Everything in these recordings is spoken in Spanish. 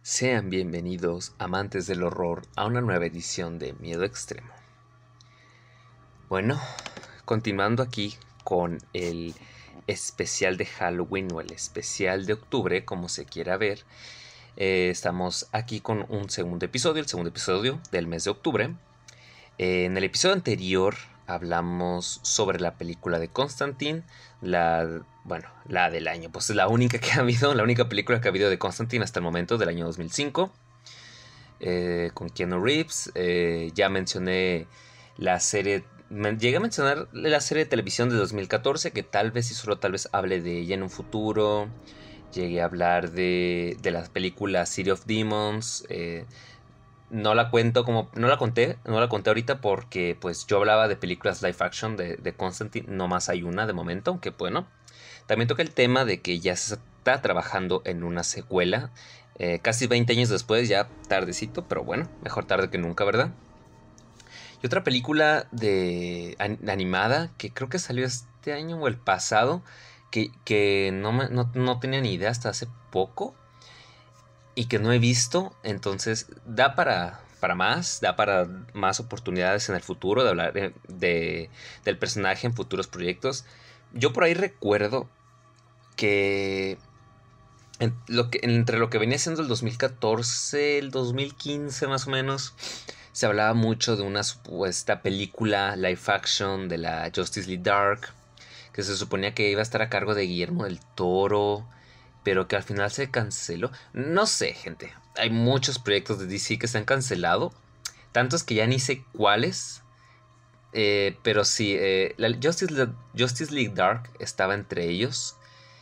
Sean bienvenidos, amantes del horror, a una nueva edición de Miedo Extremo. Bueno, continuando aquí con el especial de Halloween o el especial de octubre, como se quiera ver, estamos aquí con un segundo episodio, el segundo episodio del mes de octubre. En el episodio anterior hablamos sobre la película de Constantine, la del año, pues es la única que ha habido, la única película que ha habido de Constantine hasta el momento, del año 2005, con Keanu Reeves. Ya mencioné la serie, llegué a mencionar la serie de televisión de 2014, que tal vez y solo tal vez hable de ella en un futuro. Llegué a hablar de la película City of Demons. No la conté ahorita porque pues yo hablaba de películas live action de Constantine, no más hay una de momento, aunque bueno. También toca el tema de que ya se está trabajando en una secuela, casi 20 años después, ya tardecito, pero bueno, mejor tarde que nunca, ¿verdad? Y otra película animada que creo que salió este año o el pasado, que no tenía ni idea hasta hace poco y que no he visto, entonces da para más oportunidades en el futuro de hablar del personaje en futuros proyectos. Yo por ahí recuerdo que entre lo que venía siendo el 2014, el 2015 más o menos, se hablaba mucho de una supuesta película live action de la Justice League Dark, que se suponía que iba a estar a cargo de Guillermo del Toro, pero que al final se canceló. No sé, gente. Hay muchos proyectos de DC que se han cancelado. Tantos que ya ni sé cuáles. Pero sí, la Justice League Dark estaba entre ellos.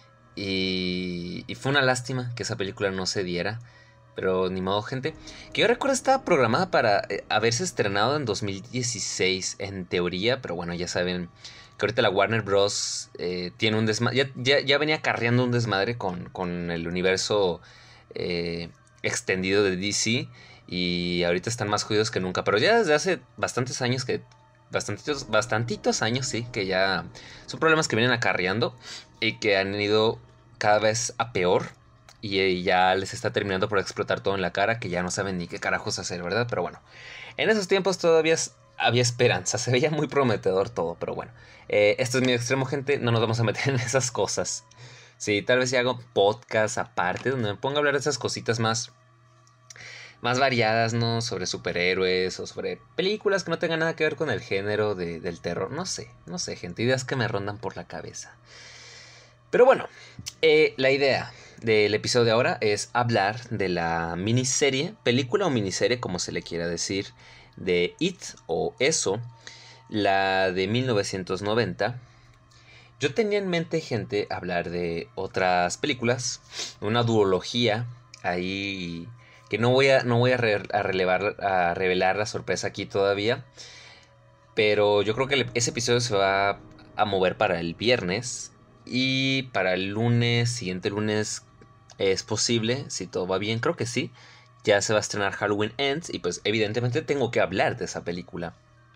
Y fue una lástima que esa película no se diera. Pero ni modo, gente. Que yo recuerdo estaba programada para haberse estrenado en 2016 en teoría. Pero bueno, ya saben que ahorita la Warner Bros. Tiene un desmadre. Ya venía acarreando un desmadre con el universo extendido de DC. Y ahorita están más jodidos que nunca. Pero ya desde hace bastantes años que... Bastantitos años, sí, que ya son problemas que vienen acarreando y que han ido cada vez a peor. Y ya les está terminando por explotar todo en la cara, que ya no saben ni qué carajos hacer, ¿verdad? Pero bueno, en esos tiempos todavía había esperanza, se veía muy prometedor todo, pero bueno. Esto es mi extremo, gente, no nos vamos a meter en esas cosas. Sí, tal vez si hago podcast aparte, donde me ponga a hablar de esas cositas más variadas, ¿no? Sobre superhéroes o sobre películas que no tengan nada que ver con el género del terror. No sé, gente, ideas que me rondan por la cabeza. Pero bueno, la idea del episodio de ahora es hablar de la miniserie, película o miniserie, como se le quiera decir, de It o Eso, la de 1990. Yo tenía en mente, gente, hablar de otras películas, una duología ahí que no voy a revelar la sorpresa aquí todavía, pero yo creo que ese episodio se va a mover para el viernes. Y para el lunes, siguiente lunes, es posible, si todo va bien, creo que sí. Ya se va a estrenar Halloween Ends y pues evidentemente tengo que hablar de esa película.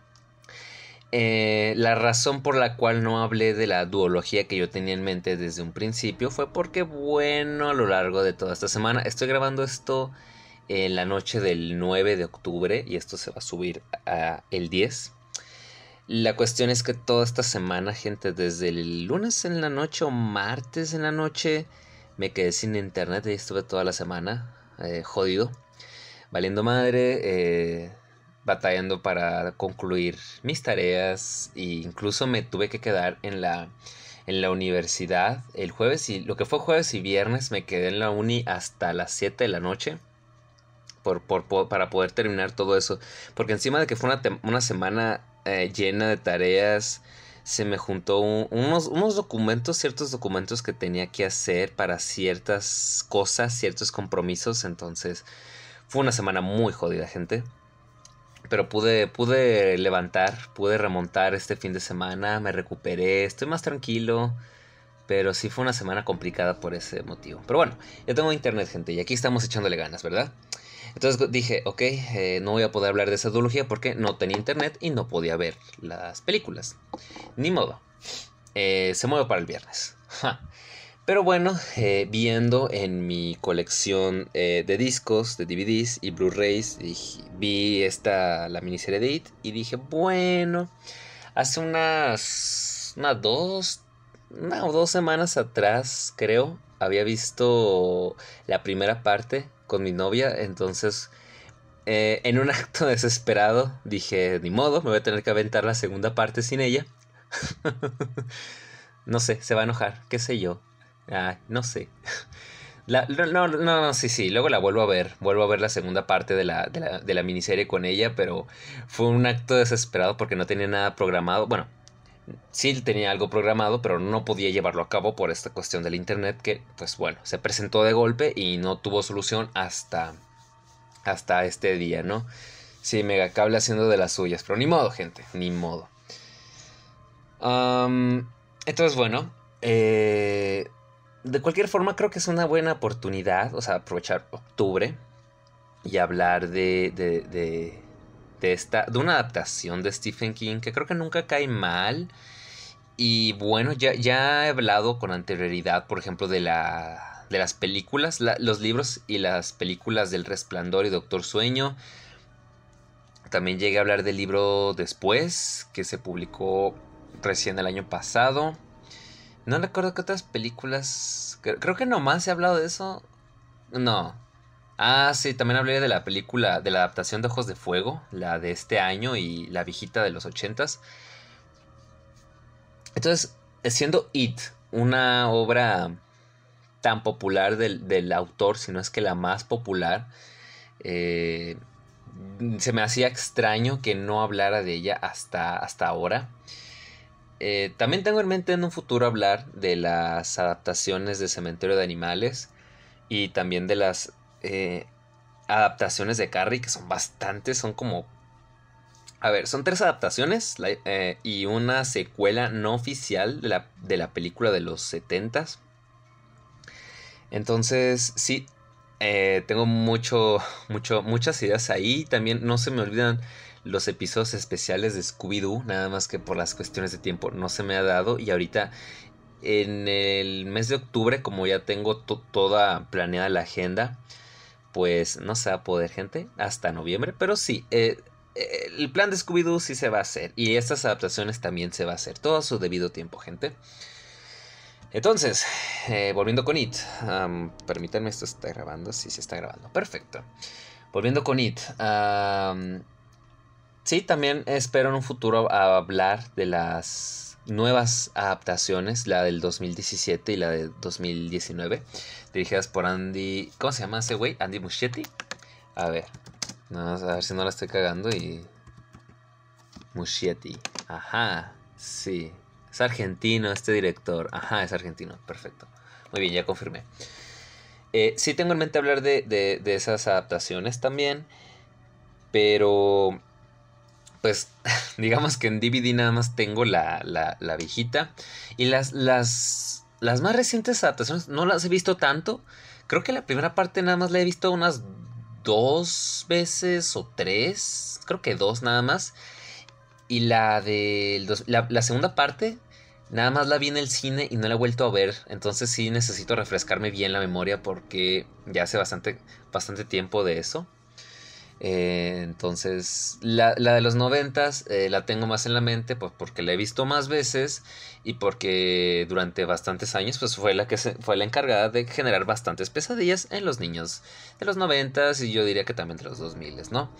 La razón por la cual no hablé de la duología que yo tenía en mente desde un principio fue porque, bueno, a lo largo de toda esta semana, estoy grabando esto en la noche del 9 de octubre y esto se va a subir el 10. La cuestión es que toda esta semana, gente, desde el lunes en la noche o martes en la noche, me quedé sin internet y estuve toda la semana jodido, valiendo madre, batallando para concluir mis tareas e incluso me tuve que quedar en la universidad el jueves y lo que fue jueves y viernes me quedé en la uni hasta las 7 de la noche para poder terminar todo eso, porque encima de que fue una semana llena de tareas, se me juntó unos documentos, ciertos documentos que tenía que hacer para ciertas cosas, ciertos compromisos. Entonces fue una semana muy jodida, gente, pero pude remontar este fin de semana, me recuperé, estoy más tranquilo. Pero sí fue una semana complicada por ese motivo. Pero bueno, ya tengo internet, gente, y aquí estamos echándole ganas, ¿verdad? Entonces dije, ok, no voy a poder hablar de esa duología porque no tenía internet y no podía ver las películas. Ni modo. Se mueve para el viernes. Ja. Pero bueno, viendo en mi colección de discos, de DVDs y Blu-rays, vi la miniserie de It y dije, bueno, hace una o 2 semanas atrás, creo, había visto la primera parte con mi novia, entonces en un acto desesperado dije, ni modo, me voy a tener que aventar la segunda parte sin ella. No sé, se va a enojar, qué sé yo. Ay, no sé. No, sí, luego la vuelvo a ver la segunda parte de la miniserie con ella, pero fue un acto desesperado porque no tenía nada programado. Bueno, sí tenía algo programado, pero no podía llevarlo a cabo por esta cuestión del internet que, pues bueno, se presentó de golpe y no tuvo solución hasta este día, ¿no? Sí, Megacable haciendo de las suyas, pero ni modo, gente, ni modo. Entonces, bueno, de cualquier forma creo que es una buena oportunidad, o sea, aprovechar octubre y hablar de una adaptación de Stephen King que creo que nunca cae mal. Y bueno, ya he hablado con anterioridad, por ejemplo, de las películas, los libros y las películas del Resplandor y Doctor Sueño. También llegué a hablar del libro Después, que se publicó recién el año pasado. No recuerdo qué otras películas. Creo que nomás he hablado de eso. No. Ah, sí, también hablé de la película, de la adaptación de Ojos de Fuego, la de este año y la viejita de los 80s. Entonces, siendo It una obra tan popular del autor, si no es que la más popular, eh, se me hacía extraño que no hablara de ella hasta ahora. También tengo en mente en un futuro hablar de las adaptaciones de Cementerio de Animales y también de las adaptaciones de Carrie, que son bastantes, son como... A ver, son 3 adaptaciones y una secuela no oficial de la película de los 70s. Entonces, sí, tengo muchas ideas ahí. También no se me olvidan los episodios especiales de Scooby-Doo, nada más que por las cuestiones de tiempo no se me ha dado. Y ahorita, en el mes de octubre, como ya tengo toda planeada la agenda, pues no se va a poder, gente, hasta noviembre. Pero sí, el plan de Scooby-Doo sí se va a hacer. Y estas adaptaciones también se va a hacer. Todo a su debido tiempo, gente. Entonces, volviendo con It. Permítanme, esto está grabando. Sí, se está grabando. Perfecto. Volviendo con It. Sí, también espero en un futuro hablar de las nuevas adaptaciones, la del 2017 y la del 2019, dirigidas por Andy... ¿Cómo se llama ese güey? Andy Muschietti. A ver, a ver si no la estoy cagando y... Muschietti. Ajá, sí. Es argentino este director. Ajá, es argentino. Perfecto. Muy bien, ya confirmé. Sí tengo en mente hablar de esas adaptaciones también. Pero... Pues digamos que en DVD nada más tengo la viejita. Y las más recientes adaptaciones no las he visto tanto. Creo que la primera parte nada más la he visto unas 2 veces o 3. Creo que 2 nada más. Y la segunda parte, nada más la vi en el cine y no la he vuelto a ver. Entonces sí necesito refrescarme bien la memoria porque ya hace bastante tiempo de eso. Entonces, la de los 90s la tengo más en la mente pues porque la he visto más veces y porque durante bastantes años pues fue la encargada de generar bastantes pesadillas en los niños de los 90s y yo diría que también de los 2000s, ¿no?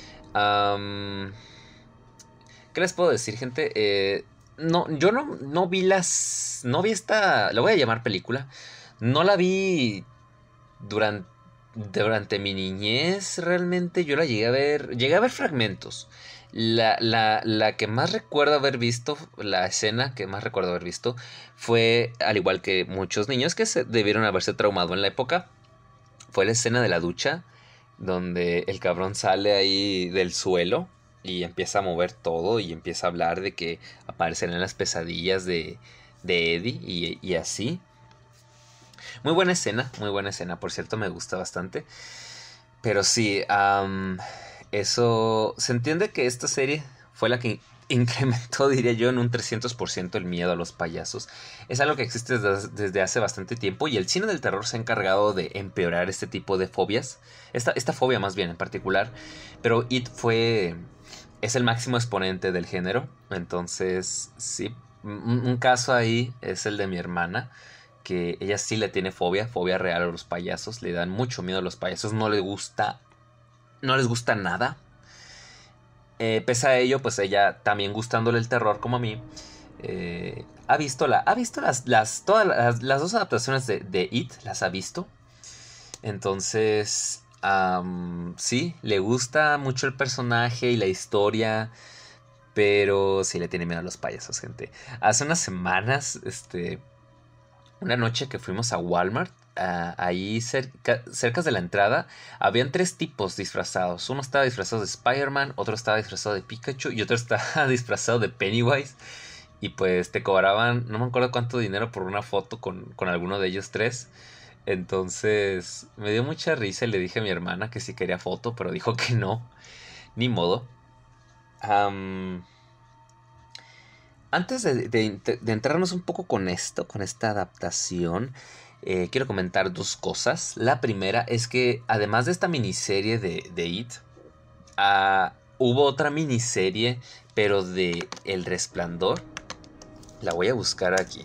¿Qué les puedo decir, gente? No, yo no vi no vi la voy a llamar película. No la vi durante mi niñez, realmente yo la llegué a ver fragmentos. La que más recuerdo haber visto, la escena que más recuerdo haber visto, fue, al igual que muchos niños que debieron haberse traumado en la época, fue la escena de la ducha, donde el cabrón sale ahí del suelo y empieza a mover todo y empieza a hablar de que aparecerán las pesadillas de Eddie y así. Muy buena escena, por cierto, me gusta bastante. Pero sí, eso... Se entiende que esta serie fue la que incrementó, diría yo, en un 300% el miedo a los payasos. Es algo que existe desde hace bastante tiempo y el cine del terror se ha encargado de empeorar este tipo de fobias. Esta fobia más bien en particular. Pero It es el máximo exponente del género. Entonces, sí, un caso ahí es el de mi hermana, que ella sí le tiene fobia real a los payasos. Le dan mucho miedo a los payasos, no les gusta nada. Pese a ello, pues ella también gustándole el terror como a mí, ha visto todas las dos adaptaciones de It, las ha visto. Entonces, sí, le gusta mucho el personaje y la historia, pero sí le tiene miedo a los payasos, gente. Hace unas semanas, una noche que fuimos a Walmart, ahí cerca de la entrada, habían tres tipos disfrazados. Uno estaba disfrazado de Spider-Man, otro estaba disfrazado de Pikachu y otro estaba disfrazado de Pennywise. Y pues te cobraban, no me acuerdo cuánto dinero por una foto con alguno de ellos tres. Entonces me dio mucha risa y le dije a mi hermana que sí quería foto, pero dijo que no. Ni modo. Antes de entrarnos un poco con esto, con esta adaptación, quiero comentar dos cosas. La primera es que además de esta miniserie de It, hubo otra miniserie, pero de El Resplandor. La voy a buscar aquí.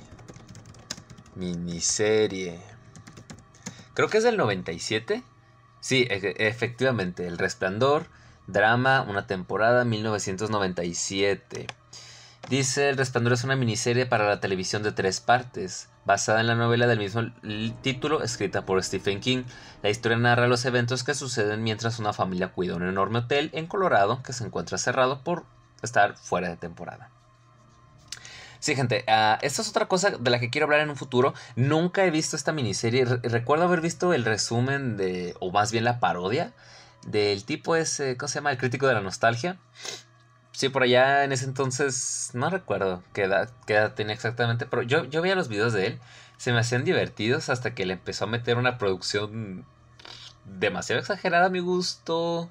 Miniserie. Creo que es del 97. Sí, efectivamente, El Resplandor, drama, una temporada, 1997. Dice, El Resplandor es una miniserie para la televisión de 3 partes, basada en la novela del mismo título, escrita por Stephen King. La historia narra los eventos que suceden mientras una familia cuida un enorme hotel en Colorado que se encuentra cerrado por estar fuera de temporada. Sí, gente, esta es otra cosa de la que quiero hablar en un futuro. Nunca he visto esta miniserie. Recuerdo haber visto el resumen o más bien la parodia, del tipo ese, ¿cómo se llama? El crítico de la nostalgia. Sí, por allá en ese entonces, no recuerdo qué edad tenía exactamente, pero yo veía los videos de él, se me hacían divertidos hasta que le empezó a meter una producción demasiado exagerada a mi gusto.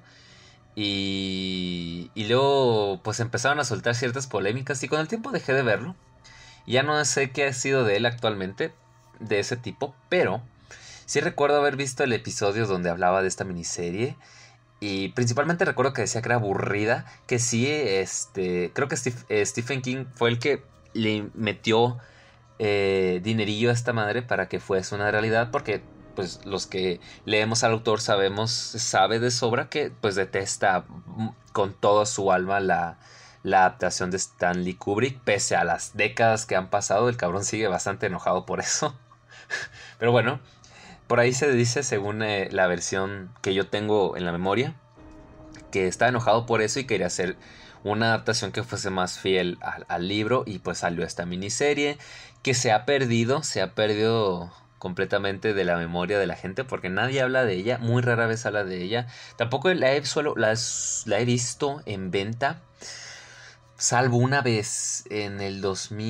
Y luego pues empezaron a soltar ciertas polémicas y con el tiempo dejé de verlo. Ya no sé qué ha sido de él actualmente, de ese tipo, pero sí recuerdo haber visto el episodio donde hablaba de esta miniserie. Y principalmente recuerdo que decía que era aburrida, que sí, creo que Stephen King fue el que le metió dinerillo a esta madre para que fuese una realidad, porque pues los que leemos al autor sabe de sobra que pues detesta con toda su alma la adaptación de Stanley Kubrick, pese a las décadas que han pasado, el cabrón sigue bastante enojado por eso. Pero bueno, por ahí se dice, según la versión que yo tengo en la memoria, que estaba enojado por eso y quería hacer una adaptación que fuese más fiel al libro, y pues salió esta miniserie que se ha perdido completamente de la memoria de la gente porque nadie habla de ella, muy rara vez habla de ella. Tampoco la he visto en venta, salvo una vez en el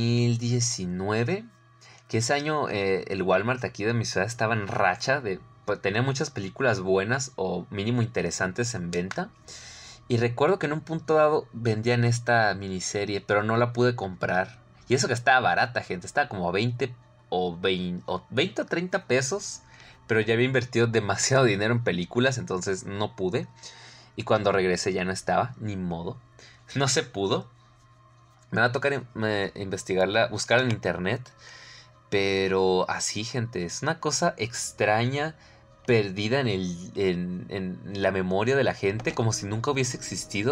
2019, que ese año el Walmart aquí de mi ciudad estaba en racha pues, tenía muchas películas buenas o mínimo interesantes en venta. Y recuerdo que en un punto dado vendían esta miniserie, pero no la pude comprar. Y eso que estaba barata, gente. Estaba como a 20 o 20 o 30 pesos. Pero ya había invertido demasiado dinero en películas, entonces no pude. Y cuando regresé ya no estaba, ni modo. No se pudo. Me va a tocar investigarla, buscarla en internet. Pero así, gente, es una cosa extraña, perdida en la memoria de la gente, como si nunca hubiese existido.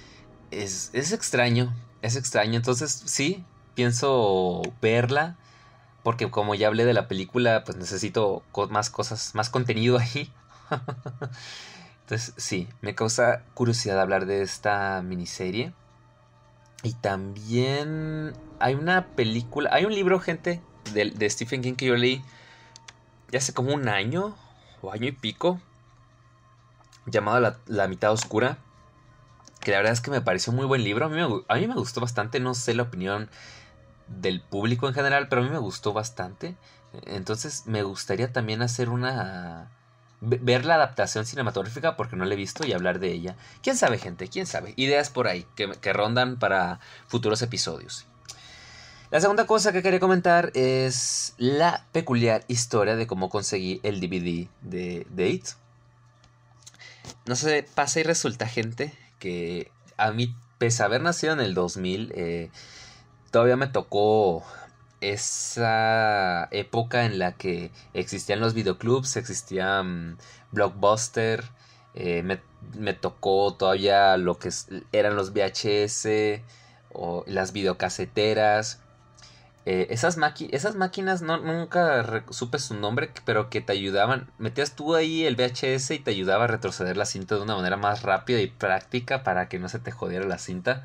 Es extraño, es extraño. Entonces, sí, pienso verla, porque como ya hablé de la película, pues necesito más cosas, más contenido ahí. Entonces, sí, me causa curiosidad hablar de esta miniserie. Y también hay una película, hay un libro, gente, de Stephen King que yo leí ya hace como un año o año y pico, llamado La mitad oscura, que la verdad es que me pareció muy buen libro. A mí me gustó bastante, no sé la opinión del público en general, pero a mí me gustó bastante. Entonces me gustaría también hacer ver la adaptación cinematográfica porque no la he visto y hablar de ella. ¿Quién sabe, gente? ¿Quién sabe? Ideas por ahí que rondan para futuros episodios. La segunda cosa que quería comentar es la peculiar historia de cómo conseguí el DVD de It. No sé, pasa y resulta, gente, que a mí, pese a haber nacido en el 2000, todavía me tocó esa época en la que existían los videoclubs, existían Blockbuster, me tocó todavía lo que eran los VHS o las videocaseteras. Esas máquinas nunca supe su nombre, pero que te ayudaban. Metías tú ahí el VHS y te ayudaba a retroceder la cinta de una manera más rápida y práctica para que no se te jodiera la cinta.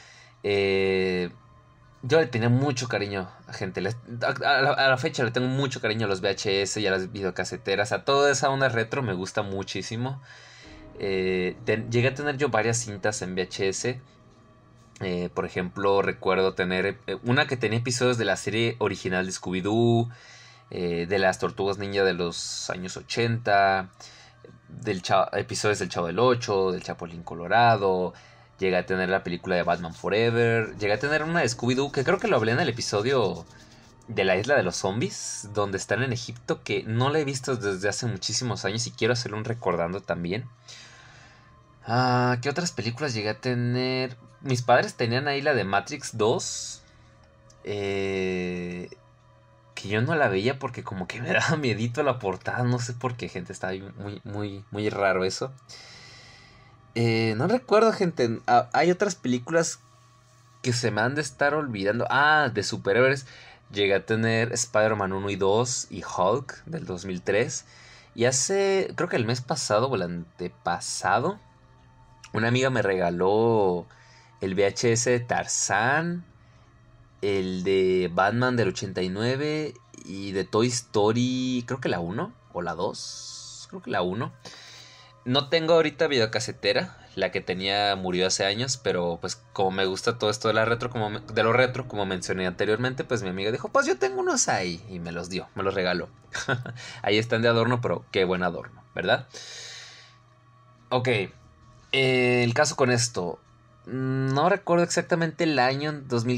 Yo le tenía mucho cariño a gente. A la fecha le tengo mucho cariño a los VHS y a las videocaseteras. A toda esa onda retro me gusta muchísimo. Llegué a tener yo varias cintas en VHS. Por ejemplo, recuerdo tener una que tenía episodios de la serie original de Scooby-Doo, de las Tortugas Ninja de los años 80, episodios del Chavo del 8, del Chapulín Colorado. Llegué a tener la película de Batman Forever. Llegué a tener una de Scooby-Doo, que creo que lo hablé en el episodio de la isla de los zombies, donde están en Egipto, que no la he visto desde hace muchísimos años y quiero hacerlo un recordando también. ¿Qué otras películas llegué a tener? Mis padres tenían ahí la de Matrix 2. Que yo no la veía porque como que me daba miedito la portada. No sé por qué, gente. Está muy, muy, muy raro eso. No recuerdo, gente. Hay otras películas que se me han de estar olvidando. De superhéroes. Llegué a tener Spider-Man 1 y 2 y Hulk del 2003. Y creo que el mes pasado o el antepasado, una amiga me regaló el VHS de Tarzán, el de Batman del 89 y de Toy Story, creo que la 1 o la 2, creo que la 1. No tengo ahorita videocasetera, la que tenía murió hace años, pero pues como me gusta todo esto de lo retro, como mencioné anteriormente, pues mi amiga dijo, pues yo tengo unos ahí, y me los dio, me los regaló. Ahí están de adorno, pero qué buen adorno, ¿verdad? Ok, el caso con esto, no recuerdo exactamente el año,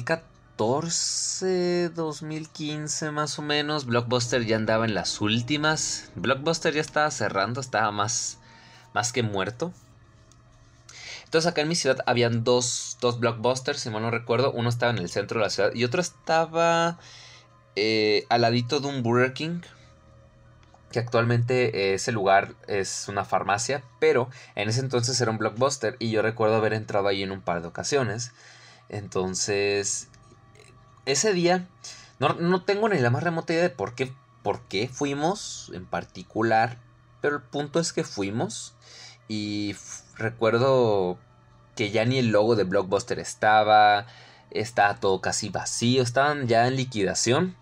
2014, 2015 más o menos. Blockbuster ya andaba en las últimas. Blockbuster ya estaba cerrando, estaba más que muerto. Entonces acá en mi ciudad habían dos Blockbusters, si mal no recuerdo. Uno estaba en el centro de la ciudad y otro estaba al ladito de un Burger King, que actualmente ese lugar es una farmacia, pero en ese entonces era un Blockbuster y yo recuerdo haber entrado ahí en un par de ocasiones. Entonces, ese día no tengo ni la más remota idea de por qué fuimos en particular, pero el punto es que fuimos y recuerdo que ya ni el logo de Blockbuster estaba todo casi vacío, estaban ya en liquidación.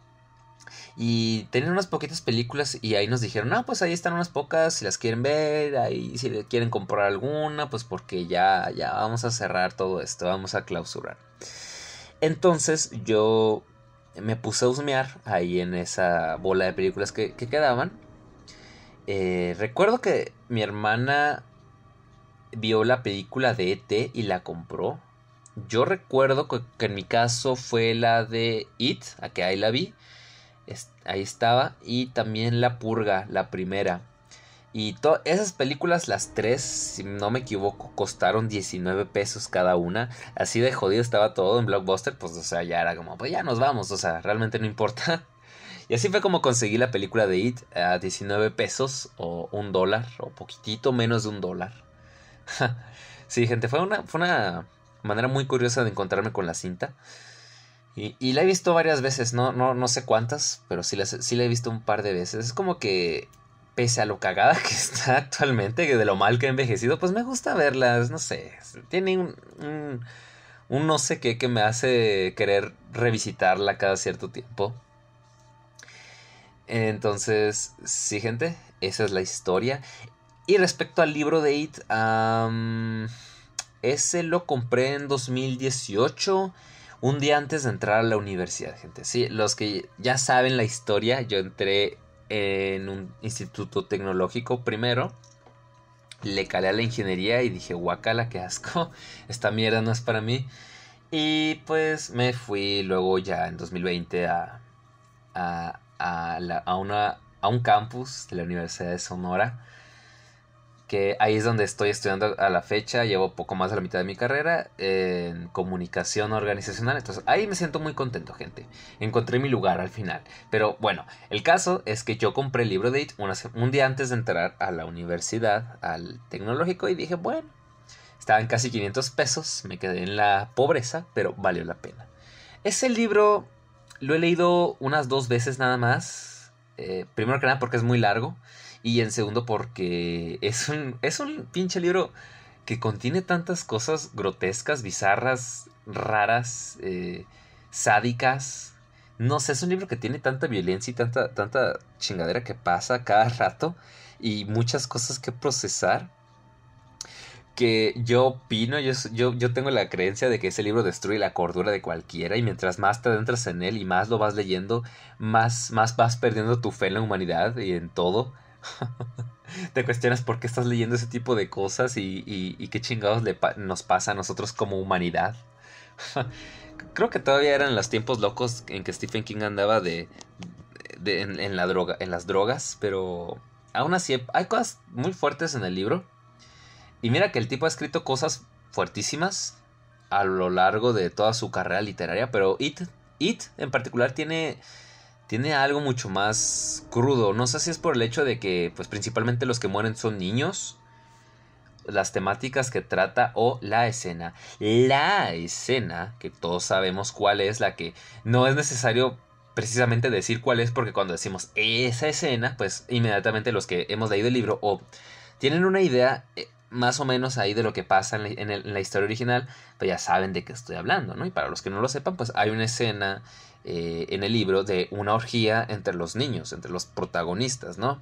Y tenían unas poquitas películas y ahí nos dijeron, pues ahí están unas pocas, si las quieren ver, ahí si quieren comprar alguna, pues porque ya vamos a cerrar todo esto, vamos a clausurar. Entonces yo me puse a husmear ahí en esa bola de películas que quedaban. Recuerdo que mi hermana vio la película de E.T. y la compró. Yo recuerdo que en mi caso fue la de It, a que ahí la vi. Ahí estaba. Y también La Purga, la primera. Y esas películas, las tres, si no me equivoco, costaron 19 pesos cada una. Así de jodido estaba todo en Blockbuster. Pues, o sea, ya era como, pues ya nos vamos. O sea, realmente no importa. Y así fue como conseguí la película de It a 19 pesos o $1. O poquitito menos de $1. Sí, gente, fue una manera muy curiosa de encontrarme con la cinta. Y la he visto varias veces, no sé cuántas, pero sí la he visto un par de veces. Es como que, pese a lo cagada que está actualmente, que de lo mal que ha envejecido, pues me gusta verlas, no sé. Tiene un no sé qué que me hace querer revisitarla cada cierto tiempo. Entonces, sí, gente, esa es la historia. Y respecto al libro de It, ese lo compré en 2018. Un día antes de entrar a la universidad, gente. Sí, los que ya saben la historia, yo entré en un instituto tecnológico primero. Le calé a la ingeniería y dije, guacala, qué asco, esta mierda no es para mí. Y pues me fui luego ya en 2020 a un campus de la Universidad de Sonora, que ahí es donde estoy estudiando a la fecha. Llevo poco más de la mitad de mi carrera en comunicación organizacional. Entonces ahí me siento muy contento, gente. Encontré mi lugar al final. Pero bueno, el caso es que yo compré el libro de It un día antes de entrar a la universidad, al tecnológico, y dije, bueno, estaban casi 500 pesos, me quedé en la pobreza, pero valió la pena. Ese libro lo he leído unas 2 veces nada más. Primero que nada porque es muy largo. Y en segundo porque es un pinche libro que contiene tantas cosas grotescas, bizarras, raras, sádicas. No sé, es un libro que tiene tanta violencia y tanta chingadera que pasa cada rato. Y muchas cosas que procesar, que yo opino, yo tengo la creencia de que ese libro destruye la cordura de cualquiera, y mientras más te adentras en él y más lo vas leyendo, más vas perdiendo tu fe en la humanidad y en todo. Te cuestionas por qué estás leyendo ese tipo de cosas y qué chingados nos pasa a nosotros como humanidad. Creo que todavía eran los tiempos locos en que Stephen King andaba en la droga, en las drogas, pero aún así hay cosas muy fuertes en el libro. Y mira que el tipo ha escrito cosas fuertísimas a lo largo de toda su carrera literaria, pero It en particular tiene algo mucho más crudo. No sé si es por el hecho de que, pues principalmente los que mueren son niños, las temáticas que trata o la escena. La escena, que todos sabemos cuál es, la que no es necesario precisamente decir cuál es, porque cuando decimos esa escena, pues inmediatamente los que hemos leído el libro o tienen una idea más o menos ahí de lo que pasa en la historia original, pues ya saben de qué estoy hablando, ¿no? Y para los que no lo sepan, pues hay una escena en el libro de una orgía entre los niños, entre los protagonistas, ¿no?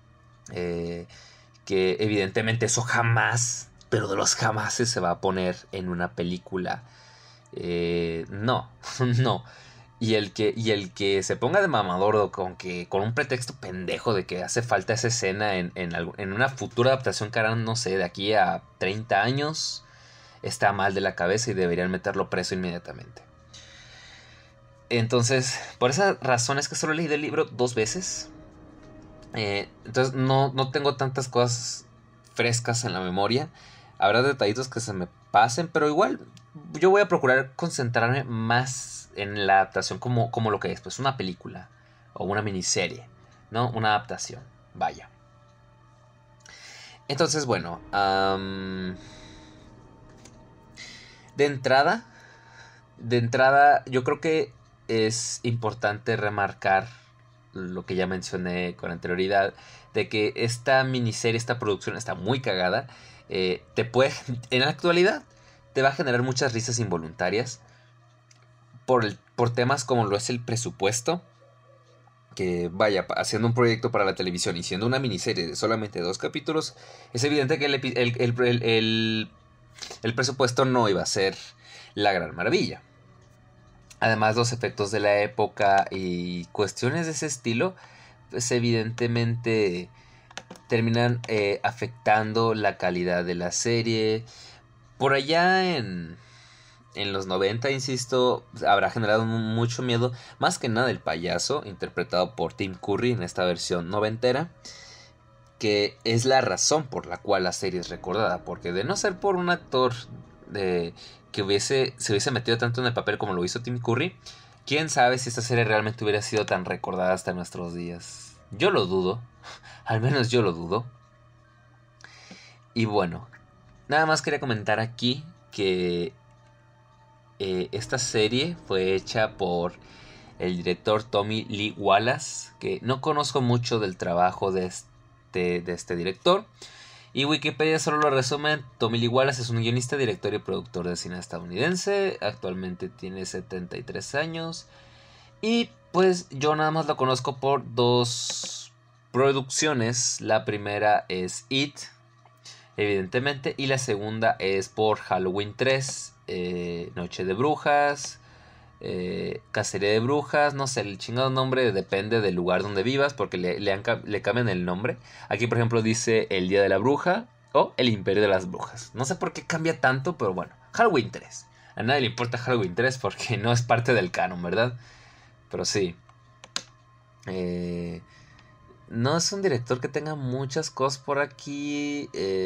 Que evidentemente eso jamás, pero de los jamases se va a poner en una película. No, no. Y el que se ponga de mamador con un pretexto pendejo de que hace falta esa escena en una futura adaptación que harán, no sé, de aquí a 30 años, está mal de la cabeza y deberían meterlo preso inmediatamente. Entonces, por esa razón es que solo he leído el libro 2 veces. Entonces no tengo tantas cosas frescas en la memoria. Habrá detallitos que se me pasen, pero igual yo voy a procurar concentrarme más en la adaptación como lo que es, pues una película o una miniserie, ¿no? Una adaptación, vaya. Entonces, bueno, de entrada, yo creo que es importante remarcar lo que ya mencioné con anterioridad, de que esta miniserie, esta producción está muy cagada. En la actualidad, te va a generar muchas risas involuntarias por temas como lo es el presupuesto. Que vaya, haciendo un proyecto para la televisión y siendo una miniserie de solamente 2 capítulos, es evidente que el presupuesto no iba a ser la gran maravilla. Además, los efectos de la época y cuestiones de ese estilo, pues evidentemente terminan afectando la calidad de la serie. Por allá en los 90, insisto, habrá generado mucho miedo, más que nada el payaso, interpretado por Tim Curry en esta versión noventera, que es la razón por la cual la serie es recordada, porque de no ser por un actor que se hubiese metido tanto en el papel como lo hizo Tim Curry, quién sabe si esta serie realmente hubiera sido tan recordada hasta nuestros días. Yo lo dudo, al menos yo lo dudo. Y bueno, nada más quería comentar aquí que esta serie fue hecha por el director Tommy Lee Wallace, que no conozco mucho del trabajo de este director. Y Wikipedia solo lo resume: Tommy Lee Wallace es un guionista, director y productor de cine estadounidense. Actualmente tiene 73 años. Y pues yo nada más lo conozco por 2 producciones. La primera es It, evidentemente, y la segunda es por Halloween 3, Noche de Brujas, Cacería de brujas, no sé, el chingado nombre depende del lugar donde vivas porque le cambian el nombre. Aquí por ejemplo dice el Día de la Bruja o el Imperio de las Brujas. No sé por qué cambia tanto, pero bueno, Halloween 3. A nadie le importa Halloween 3 porque no es parte del canon, ¿verdad? Pero sí. No es un director que tenga muchas cosas por aquí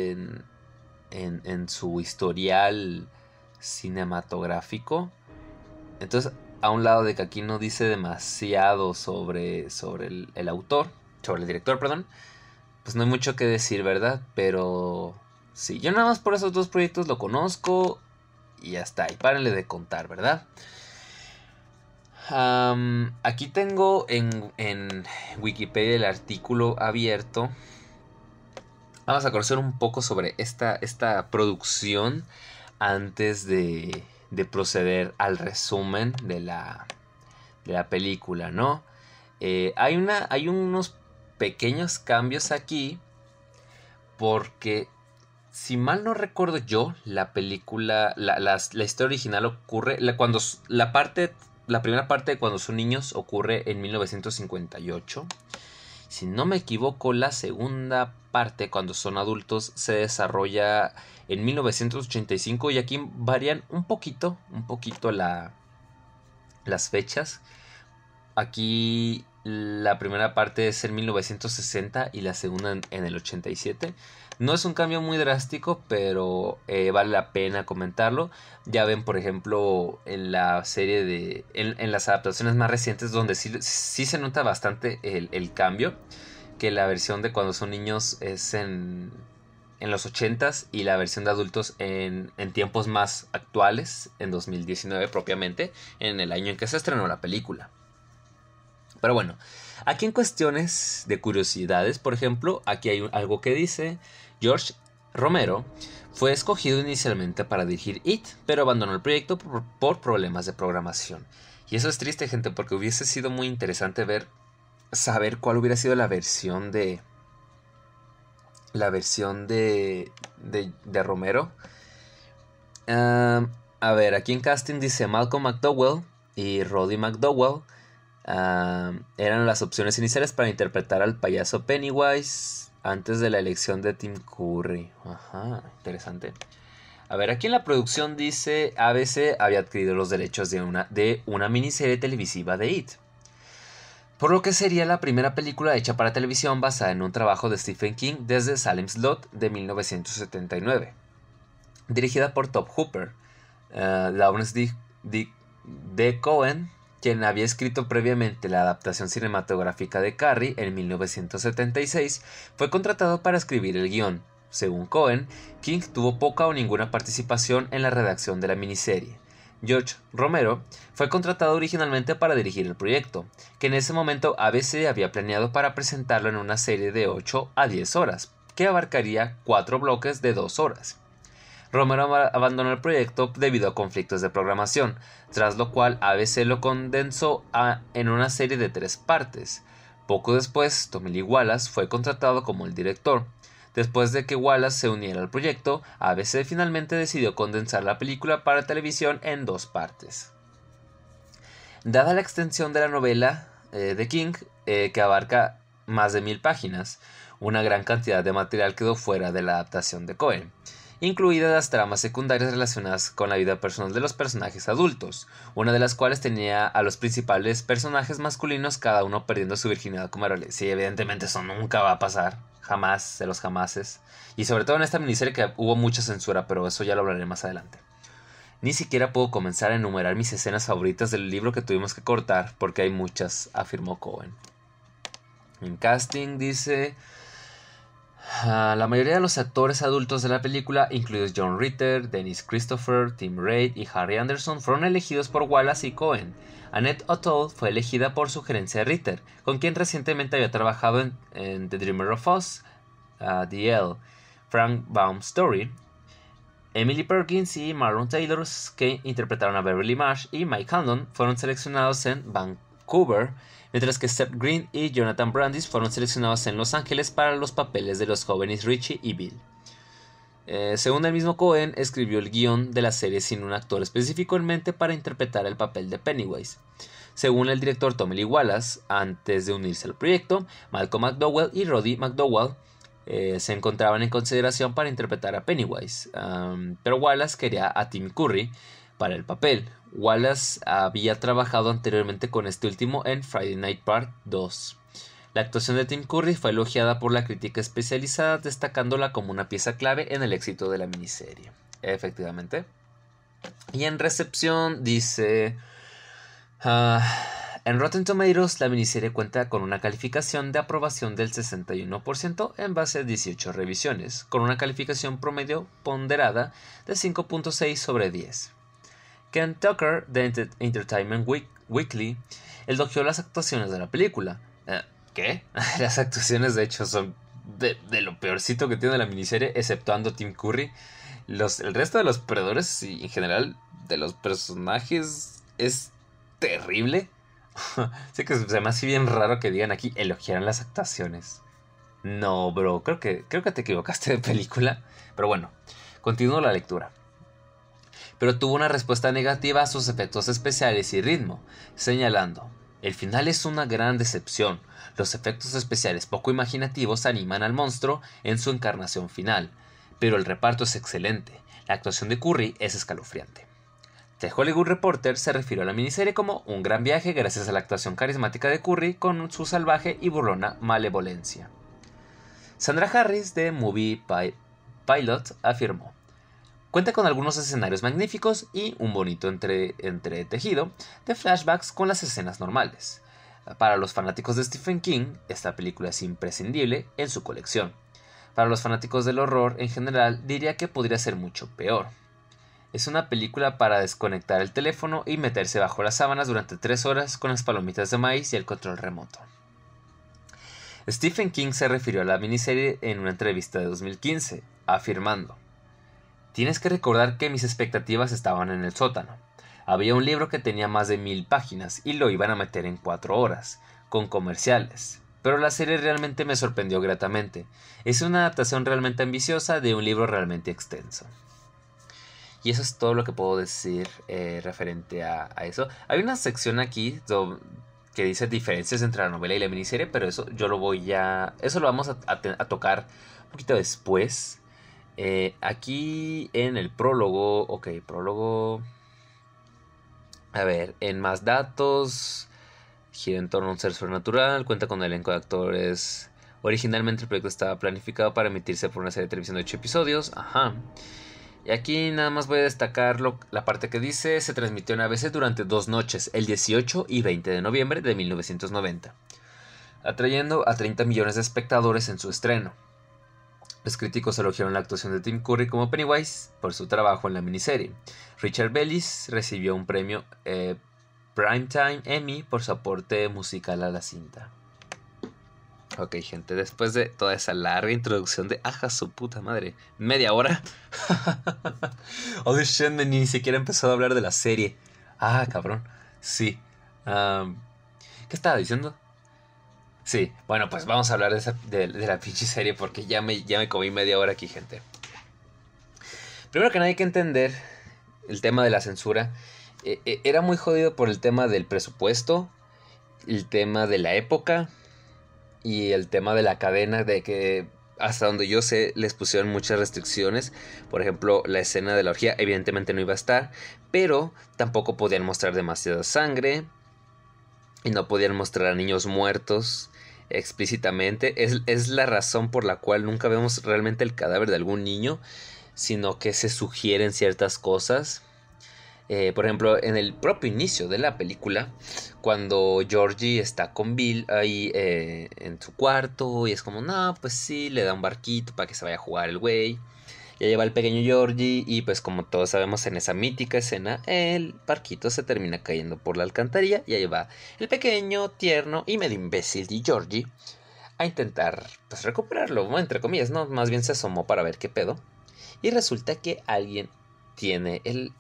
en su historial cinematográfico. Entonces, a un lado de que aquí no dice demasiado sobre el autor, sobre el director, perdón, pues no hay mucho que decir, ¿verdad? Pero sí, yo nada más por esos dos proyectos lo conozco y ya está. Y párenle de contar, ¿verdad? Aquí tengo en Wikipedia el artículo abierto. Vamos a conocer un poco sobre esta producción antes de proceder al resumen de la película, ¿no? Hay unos pequeños cambios aquí porque, si mal no recuerdo yo, la película, la historia original ocurre, la primera parte de Cuando son niños ocurre en 1958. Si no me equivoco, la segunda parte, Cuando son adultos, se desarrolla en 1985 y aquí varían un poquito las fechas. Aquí la primera parte es en 1960 y la segunda en el 87. No es un cambio muy drástico, pero vale la pena comentarlo. Ya ven, por ejemplo, en la serie en las adaptaciones más recientes, donde sí se nota bastante el cambio. Que la versión de Cuando son niños es en los 80s y la versión de adultos en tiempos más actuales, en 2019 propiamente, en el año en que se estrenó la película. Pero bueno, aquí en cuestiones de curiosidades, por ejemplo, aquí hay algo que dice: George Romero fue escogido inicialmente para dirigir It, pero abandonó el proyecto por problemas de programación. Y eso es triste, gente, porque hubiese sido muy interesante saber cuál hubiera sido la versión de Romero. A ver, aquí en casting dice Malcolm McDowell y Roddy McDowell. Eran las opciones iniciales para interpretar al payaso Pennywise antes de la elección de Tim Curry. Ajá, interesante. A ver, aquí en la producción dice ABC había adquirido los derechos de una miniserie televisiva de It, por lo que sería la primera película hecha para televisión basada en un trabajo de Stephen King desde Salem's Lot de 1979. Dirigida por Tobe Hooper, Lawrence D. Cohen, quien había escrito previamente la adaptación cinematográfica de Carrie en 1976, fue contratado para escribir el guión. Según Cohen, King tuvo poca o ninguna participación en la redacción de la miniserie. George Romero fue contratado originalmente para dirigir el proyecto, que en ese momento ABC había planeado para presentarlo en una serie de 8 a 10 horas, que abarcaría 4 bloques de 2 horas. Romero abandonó el proyecto debido a conflictos de programación, tras lo cual ABC lo condensó en una serie de 3 partes. Poco después, Tommy Lee Wallace fue contratado como el director. Después de que Wallace se uniera al proyecto, ABC finalmente decidió condensar la película para televisión en 2 partes. Dada la extensión de la novela de King, que abarca más de 1000 páginas, una gran cantidad de material quedó fuera de la adaptación de Cohen, incluidas las tramas secundarias relacionadas con la vida personal de los personajes adultos, una de las cuales tenía a los principales personajes masculinos cada uno perdiendo su virginidad como héroe. Sí, evidentemente eso nunca va a pasar, jamás de los jamases, y sobre todo en esta miniserie que hubo mucha censura, pero eso ya lo hablaré más adelante. Ni siquiera puedo comenzar a enumerar mis escenas favoritas del libro que tuvimos que cortar, porque hay muchas, afirmó Cohen. En casting dice: la mayoría de los actores adultos de la película, incluidos John Ritter, Dennis Christopher, Tim Reid y Harry Anderson, fueron elegidos por Wallace y Cohen. Annette O'Toole fue elegida por sugerencia de Ritter, con quien recientemente había trabajado en The Dreamer of Oz, The L, Frank Baum's Story. Emily Perkins y Maron Taylor, que interpretaron a Beverly Marsh y Mike Hanlon, fueron seleccionados en Vancouver, mientras que Seth Green y Jonathan Brandis fueron seleccionados en Los Ángeles para los papeles de los jóvenes Richie y Bill. Según el mismo Cohen, escribió el guión de la serie sin un actor específico en mente para interpretar el papel de Pennywise. Según el director Tommy Lee Wallace, antes de unirse al proyecto, Malcolm McDowell y Roddy McDowall se encontraban en consideración para interpretar a Pennywise, pero Wallace quería a Tim Curry para el papel. Wallace había trabajado anteriormente con este último en Friday Night Part 2. La actuación de Tim Curry fue elogiada por la crítica especializada, destacándola como una pieza clave en el éxito de la miniserie. Efectivamente. Y en recepción dice... en Rotten Tomatoes, la miniserie cuenta con una calificación de aprobación del 61% en base a 18 revisiones, con una calificación promedio ponderada de 5.6 sobre 10. Ken Tucker de Entertainment Weekly elogió las actuaciones de la película. ¿Qué? Las actuaciones de hecho son de lo peorcito que tiene la miniserie, exceptuando Tim Curry. El resto de los perdedores y en general de los personajes es terrible. Sé que se me hace bien raro que digan aquí elogiaran las actuaciones. No, bro, creo que te equivocaste de película. Pero bueno, continúo la lectura. Pero tuvo una respuesta negativa a sus efectos especiales y ritmo, señalando: el final es una gran decepción. Los efectos especiales poco imaginativos animan al monstruo en su encarnación final, pero el reparto es excelente. La actuación de Curry es escalofriante. The Hollywood Reporter se refirió a la miniserie como un gran viaje gracias a la actuación carismática de Curry con su salvaje y burlona malevolencia. Sandra Harris de Movie Pilot afirmó: cuenta con algunos escenarios magníficos y un bonito entretejido de flashbacks con las escenas normales. Para los fanáticos de Stephen King, esta película es imprescindible en su colección. Para los fanáticos del horror en general, diría que podría ser mucho peor. Es una película para desconectar el teléfono y meterse bajo las sábanas durante 3 horas con las palomitas de maíz y el control remoto. Stephen King se refirió a la miniserie en una entrevista de 2015, afirmando: tienes que recordar que mis expectativas estaban en el sótano. Había un libro que tenía más de 1000 páginas y lo iban a meter en 4 horas, con comerciales. Pero la serie realmente me sorprendió gratamente. Es una adaptación realmente ambiciosa de un libro realmente extenso. Y eso es todo lo que puedo decir referente a eso. Hay una sección aquí que dice diferencias entre la novela y la miniserie, pero eso yo lo voy a... Eso lo vamos a tocar un poquito después. Aquí en el prólogo... Ok, prólogo... A ver, en más datos... Gira en torno a un ser sobrenatural, cuenta con un elenco de actores. Originalmente el proyecto estaba planificado para emitirse por una serie de televisión de 8 episodios. Ajá. Y aquí nada más voy a destacar la parte que dice: se transmitió en ABC durante 2 noches, el 18 y 20 de noviembre de 1990, atrayendo a 30 millones de espectadores en su estreno. Los críticos elogiaron la actuación de Tim Curry como Pennywise por su trabajo en la miniserie. Richard Bellis recibió un premio Primetime Emmy por su aporte musical a la cinta. Ok, gente, después de toda esa larga introducción de ¡aja su puta madre! ¿Media hora? Oh shit, ni siquiera empezó a hablar de la serie. Ah, cabrón. Sí. ¿Qué estaba diciendo? Sí, bueno, pues vamos a hablar de la pinche serie porque ya me comí media hora aquí, gente. Primero que nada hay que entender el tema de la censura. Era muy jodido por el tema del presupuesto, el tema de la época y el tema de la cadena, de que hasta donde yo sé les pusieron muchas restricciones. Por ejemplo, la escena de la orgía evidentemente no iba a estar, pero tampoco podían mostrar demasiada sangre y no podían mostrar a niños muertos explícitamente. Es la razón por la cual nunca vemos realmente el cadáver de algún niño, sino que se sugieren ciertas cosas. Por ejemplo, en el propio inicio de la película, cuando Georgie está con Bill ahí en su cuarto y es como, no, pues sí, le da un barquito para que se vaya a jugar el güey. Ya lleva el pequeño Georgie y pues como todos sabemos en esa mítica escena, el barquito se termina cayendo por la alcantarilla y ahí va el pequeño, tierno y medio imbécil de Georgie a intentar pues recuperarlo, ¿no? Entre comillas, ¿no? Más bien se asomó para ver qué pedo. Y resulta que alguien tiene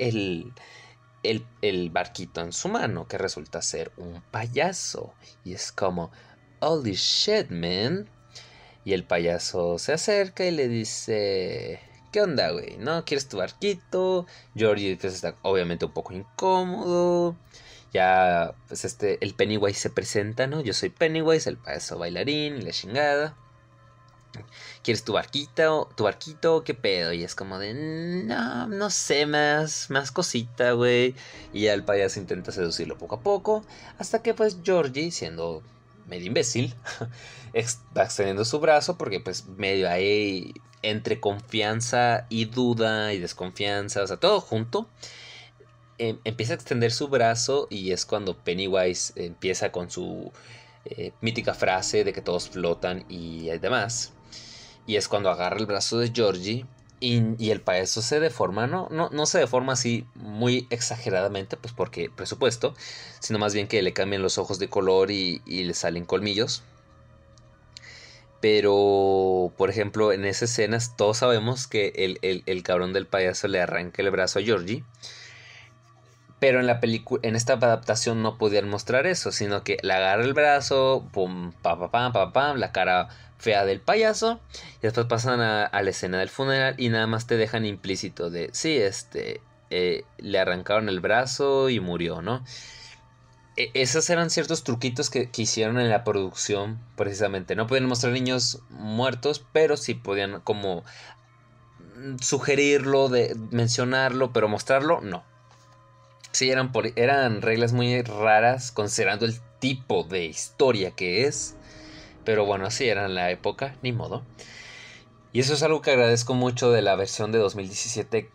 el barquito en su mano, que resulta ser un payaso. Y es como, holy shit, man. Y el payaso se acerca y le dice, ¿qué onda, güey? ¿No quieres tu barquito? Georgie pues está obviamente un poco incómodo. Ya, pues el Pennywise se presenta, ¿no? Yo soy Pennywise, el payaso bailarín y la chingada. ¿Quieres tu barquito? ¿Qué pedo? Y es como de, no, no sé, más cosita, güey. Y ya el payaso intenta seducirlo poco a poco, hasta que pues Georgie, siendo medio imbécil, va extendiendo su brazo porque pues medio ahí entre confianza y duda y desconfianza, o sea, todo junto. Empieza a extender su brazo y es cuando Pennywise empieza con su mítica frase de que todos flotan y demás. Y es cuando agarra el brazo de Georgie y el payaso se deforma, no se deforma así muy exageradamente, pues porque presupuesto, sino más bien que le cambian los ojos de color y le salen colmillos. Pero, por ejemplo, en esas escenas todos sabemos que el cabrón del payaso le arranca el brazo a Georgie. Pero en la película, en esta adaptación no podían mostrar eso, sino que le agarra el brazo, pum, pam, la cara fea del payaso, y después pasan a la escena del funeral y nada más te dejan implícito de, sí, le arrancaron el brazo y murió, ¿no? Esos eran ciertos truquitos que hicieron en la producción, precisamente. No podían mostrar niños muertos, pero sí podían como sugerirlo, mencionarlo, pero mostrarlo, no. Sí, eran reglas muy raras considerando el tipo de historia que es. Pero bueno, así era en la época, ni modo. Y eso es algo que agradezco mucho de la versión de 2017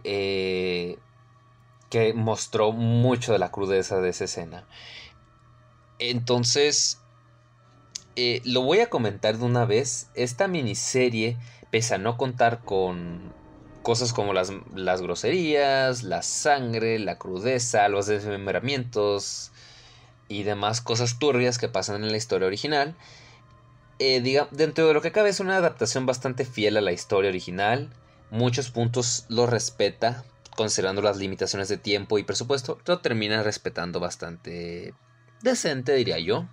que mostró mucho de la crudeza de esa escena. Entonces, lo voy a comentar de una vez. Esta miniserie, pese a no contar con cosas como las groserías, la sangre, la crudeza, los desmembramientos y demás cosas turbias que pasan en la historia original, dentro de lo que cabe es una adaptación bastante fiel a la historia original. Muchos puntos lo respeta, considerando las limitaciones de tiempo y presupuesto, lo termina respetando bastante decente, diría yo.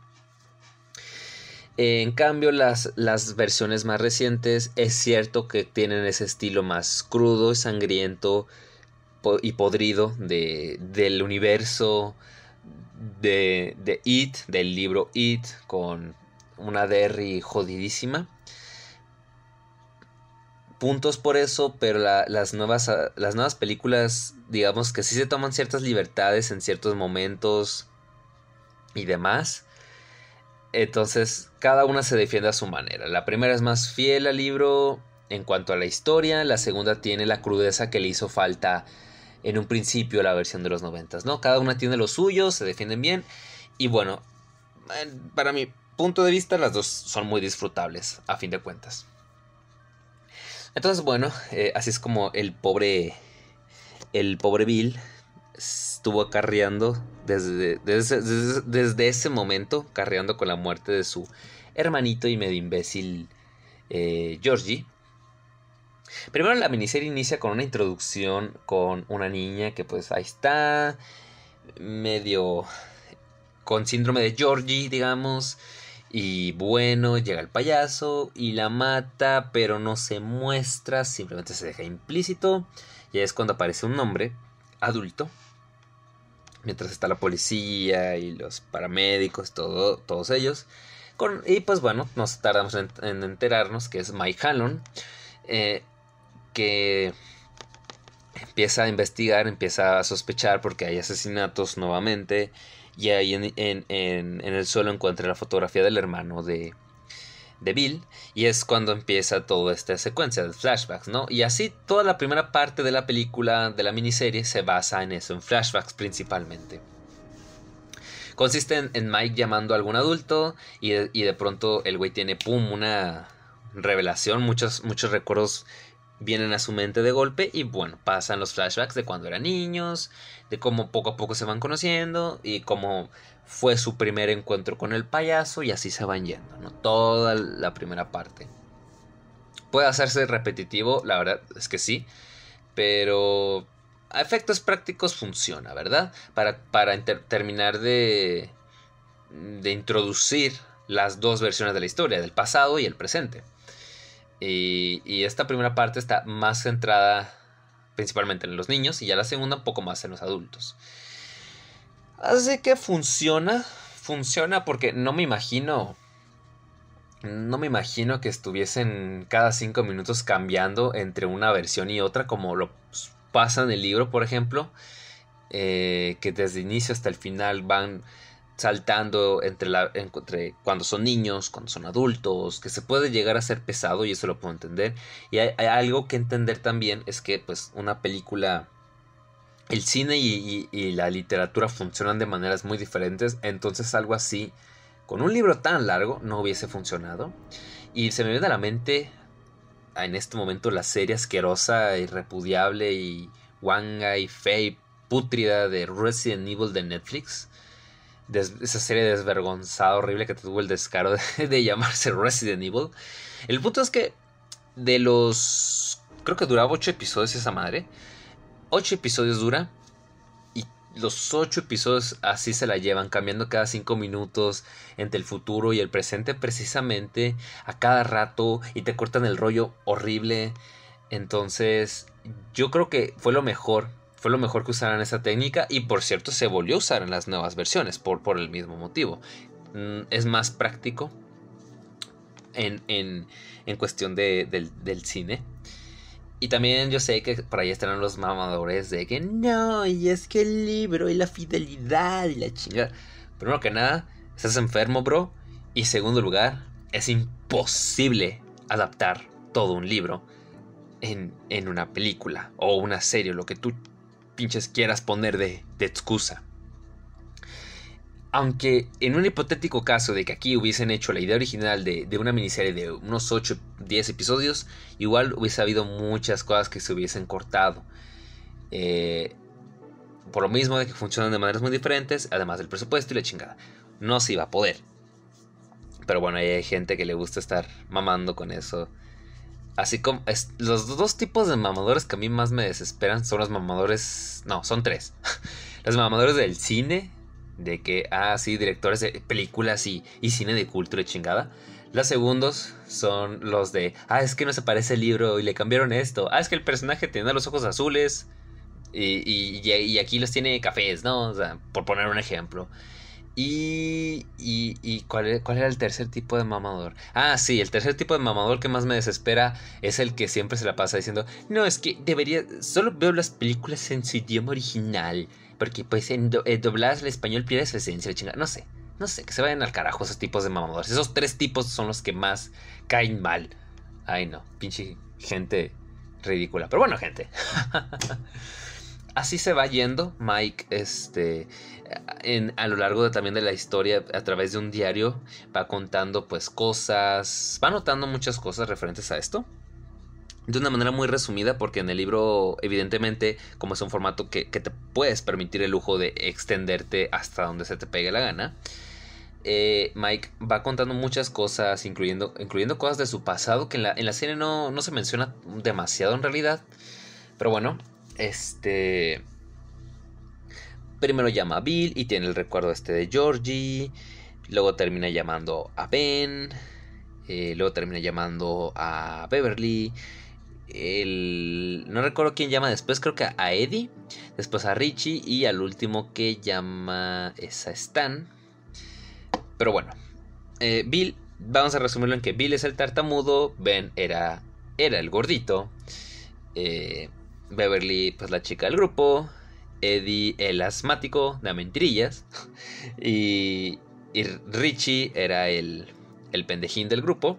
En cambio, las versiones más recientes es cierto que tienen ese estilo más crudo y sangriento y podrido del universo de It, del libro It, con una Derry jodidísima. Puntos por eso, pero las nuevas películas, digamos que sí se toman ciertas libertades en ciertos momentos y demás. Entonces, cada una se defiende a su manera. La primera es más fiel al libro en cuanto a la historia. La segunda tiene la crudeza que le hizo falta en un principio a la versión de los 90, ¿no? Cada una tiene lo suyo, se defienden bien. Y bueno, para mi punto de vista, las dos son muy disfrutables, a fin de cuentas. Entonces, bueno, así es como el pobre Bill estuvo acarreando desde ese momento, carreando con la muerte de su hermanito y medio imbécil Georgie. Primero la miniserie inicia con una introducción con una niña que pues ahí está, medio con síndrome de Georgie, digamos. Y bueno, llega el payaso y la mata, pero no se muestra, simplemente se deja implícito. Y es cuando aparece un hombre adulto, mientras está la policía y los paramédicos, todos ellos. Y pues bueno, nos tardamos en enterarnos que es Mike Hanlon, que empieza a investigar, empieza a sospechar porque hay asesinatos nuevamente. Y ahí en el suelo encuentra la fotografía del hermano de Bill. Y es cuando empieza toda esta secuencia de flashbacks, ¿no? Y así toda la primera parte de la película, de la miniserie, se basa en eso, en flashbacks principalmente. Consiste en Mike llamando a algún adulto y de pronto el güey tiene, pum, una revelación, muchos recuerdos vienen a su mente de golpe y bueno, pasan los flashbacks de cuando eran niños, de cómo poco a poco se van conociendo y cómo fue su primer encuentro con el payaso y así se van yendo, ¿no? Toda la primera parte. Puede hacerse repetitivo, la verdad es que sí, pero a efectos prácticos funciona, ¿verdad? Para terminar de introducir las dos versiones de la historia, del pasado y el presente. Y esta primera parte está más centrada principalmente en los niños y ya la segunda un poco más en los adultos. Así que funciona porque no me imagino que estuviesen cada 5 minutos cambiando entre una versión y otra como lo pasa en el libro, por ejemplo, que desde el inicio hasta el final van saltando entre cuando son niños, cuando son adultos, que se puede llegar a ser pesado y eso lo puedo entender. Y hay algo que entender también, es que pues una película, el cine y la literatura funcionan de maneras muy diferentes, entonces algo así con un libro tan largo no hubiese funcionado. Y se me viene a la mente en este momento la serie asquerosa y repudiable y guanga y fea y pútrida de Resident Evil de Netflix. Esa serie desvergonzada, horrible, que tuvo el descaro de llamarse Resident Evil. El punto es que de los... creo que duraba 8 episodios esa madre. 8 episodios dura. Y los 8 episodios así se la llevan, cambiando cada 5 minutos entre el futuro y el presente precisamente, a cada rato, y te cortan el rollo horrible. Entonces yo creo que fue lo mejor que usaran esa técnica, y por cierto se volvió a usar en las nuevas versiones por el mismo motivo. Es más práctico en cuestión del cine. Y también yo sé que por ahí estarán los mamadores de que no, y es que el libro y la fidelidad y la chingada. Primero que nada, estás enfermo, bro. Y segundo lugar, es imposible adaptar todo un libro en una película o una serie, lo que tú pinches quieras poner de excusa. Aunque en un hipotético caso de que aquí hubiesen hecho la idea original de una miniserie de unos 8, 10 episodios, igual hubiese habido muchas cosas que se hubiesen cortado. Por lo mismo de que funcionan de maneras muy diferentes, además del presupuesto y la chingada. No se iba a poder. Pero bueno, hay gente que le gusta estar mamando con eso. Así como los dos tipos de mamadores que a mí más me desesperan son los mamadores... No, son tres. Los mamadores del cine, de que, sí, directores de películas y cine de cultura y chingada. Los segundos son los de, es que no se parece el libro y le cambiaron esto. Es que el personaje tenía los ojos azules y aquí los tiene cafés, ¿no? O sea, por poner un ejemplo. ¿Y cuál era el tercer tipo de mamador? Sí, el tercer tipo de mamador que más me desespera es el que siempre se la pasa diciendo, no, es que solo veo las películas en su idioma original, porque pues dobladas al español pierde su esencia, chingada. No sé, que se vayan al carajo esos tipos de mamadores. Esos tres tipos son los que más caen mal. Ay no, pinche gente ridícula. Pero bueno, gente. Así se va yendo Mike, a lo largo también de la historia, a través de un diario, va contando pues cosas, va notando muchas cosas referentes a esto, de una manera muy resumida, porque en el libro, evidentemente, como es un formato que te puedes permitir el lujo de extenderte hasta donde se te pegue la gana, Mike va contando muchas cosas, incluyendo cosas de su pasado, que en la serie no se menciona demasiado en realidad, pero bueno. Primero llama a Bill y tiene el recuerdo de Georgie. Luego termina llamando a Ben. Luego termina llamando a Beverly. No recuerdo quién llama después, creo que a Eddie. Después a Richie. Y al último que llama es a Stan. Pero bueno, Bill, vamos a resumirlo en que Bill es el tartamudo. Ben era el gordito. Beverly, pues la chica del grupo. Eddie, el asmático de mentirillas. Y Richie era el pendejín del grupo.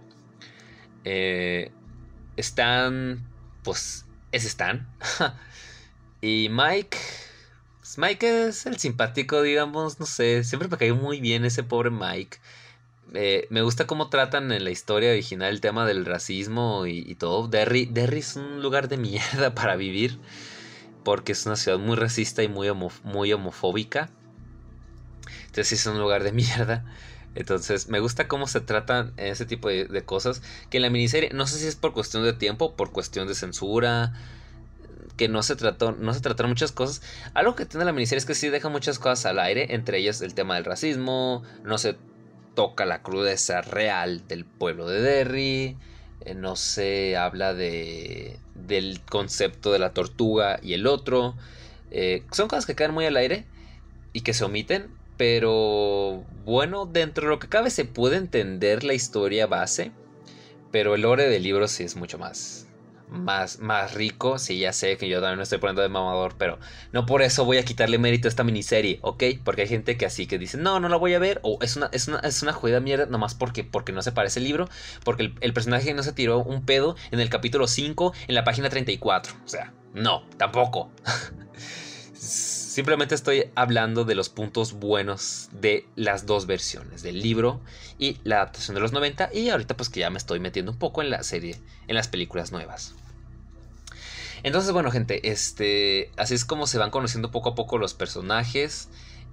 Stan, pues es Stan. Y Mike, pues Mike es el simpático, digamos, no sé. Siempre me cayó muy bien ese pobre Mike. Me gusta cómo tratan en la historia original el tema del racismo y todo. Derry es un lugar de mierda para vivir, porque es una ciudad muy racista y muy homofóbica. Entonces es un lugar de mierda. Entonces me gusta cómo se tratan ese tipo de cosas, que en la miniserie, no sé si es por cuestión de tiempo, por cuestión de censura, que no se trataron muchas cosas. Algo que tiene la miniserie es que sí deja muchas cosas al aire, entre ellas el tema del racismo. No se toca la crudeza real del pueblo de Derry. no se habla del concepto de la tortuga y el otro. Son cosas que quedan muy al aire y que se omiten, pero bueno, dentro de lo que cabe se puede entender la historia base, pero el lore del libro sí es mucho más rico. Sí, ya sé que yo también me estoy poniendo de mamador, pero no por eso voy a quitarle mérito a esta miniserie, ¿ok? Porque hay gente que así que dice, no, no la voy a ver, o es una jodida mierda nomás porque no se parece el libro, porque el personaje no se tiró un pedo en el capítulo 5 en la página 34. O sea, no, tampoco. Simplemente estoy hablando de los puntos buenos de las dos versiones, del libro y la adaptación de los 90. Y ahorita pues que ya me estoy metiendo un poco en la serie, en las películas nuevas. Entonces, bueno, gente, así es como se van conociendo poco a poco los personajes,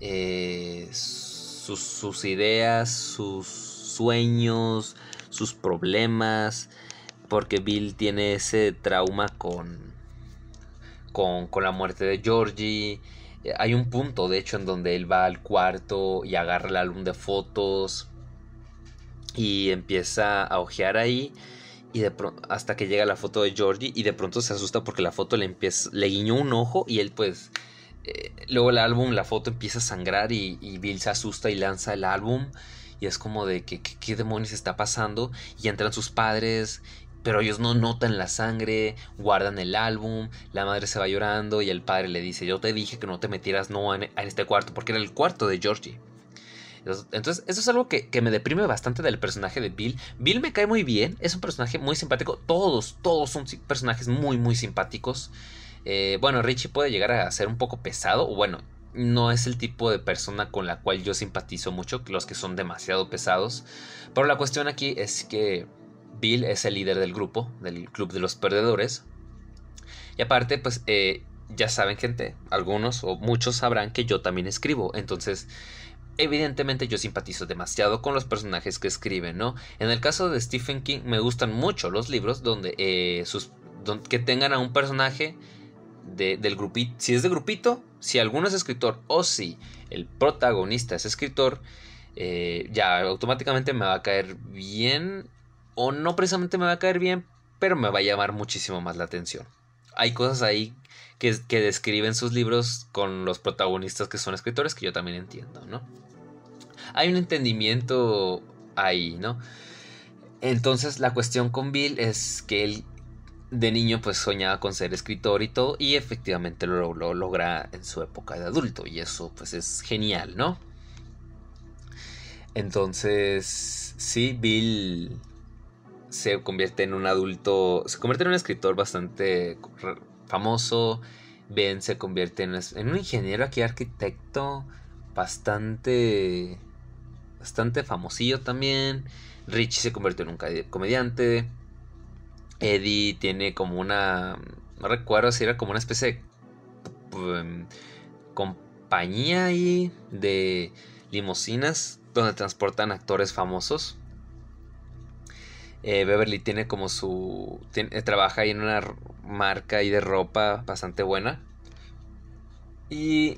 sus ideas, sus sueños, sus problemas, porque Bill tiene ese trauma con la muerte de Georgie. Hay un punto, de hecho, en donde él va al cuarto y agarra el álbum de fotos y empieza a ojear ahí. Y de pronto, hasta que llega la foto de Georgie, y de pronto se asusta porque la foto le guiñó un ojo y él pues... luego el álbum, la foto empieza a sangrar y Bill se asusta y lanza el álbum. Y es como de que qué demonios está pasando. Y entran sus padres, pero ellos no notan la sangre, guardan el álbum. La madre se va llorando y el padre le dice, yo te dije que no te metieras en este cuarto, porque era el cuarto de Georgie. Entonces, eso es algo que me deprime bastante del personaje de Bill. Bill me cae muy bien, es un personaje muy simpático. Todos son personajes muy, muy simpáticos. Bueno, Richie puede llegar a ser un poco pesado. O bueno, no es el tipo de persona con la cual yo simpatizo mucho, los que son demasiado pesados. Pero la cuestión aquí es que Bill es el líder del grupo, del club de los perdedores. Y aparte, pues, ya saben, gente, algunos o muchos sabrán que yo también escribo. Entonces, evidentemente yo simpatizo demasiado con los personajes que escriben, ¿no? En el caso de Stephen King me gustan mucho los libros donde, que tengan a un personaje del grupito. Si es de grupito, si alguno es escritor o si el protagonista es escritor, ya automáticamente me va a caer bien. O no precisamente me va a caer bien, pero me va a llamar muchísimo más la atención. Hay cosas ahí que describen sus libros con los protagonistas que son escritores que yo también entiendo, ¿no? Hay un entendimiento ahí, ¿no? Entonces la cuestión con Bill es que él de niño pues soñaba con ser escritor y todo, y efectivamente lo logra en su época de adulto, y eso pues es genial, ¿no? Entonces sí, Bill se convierte en un adulto, se convierte en un escritor bastante famoso. Ben se convierte en un ingeniero aquí, arquitecto bastante famosillo también. Richie se convirtió en un comediante. Eddie tiene como no recuerdo si era como una especie de compañía ahí de limusinas donde transportan actores famosos. Beverly tiene como trabaja ahí en una marca ahí de ropa bastante buena. Y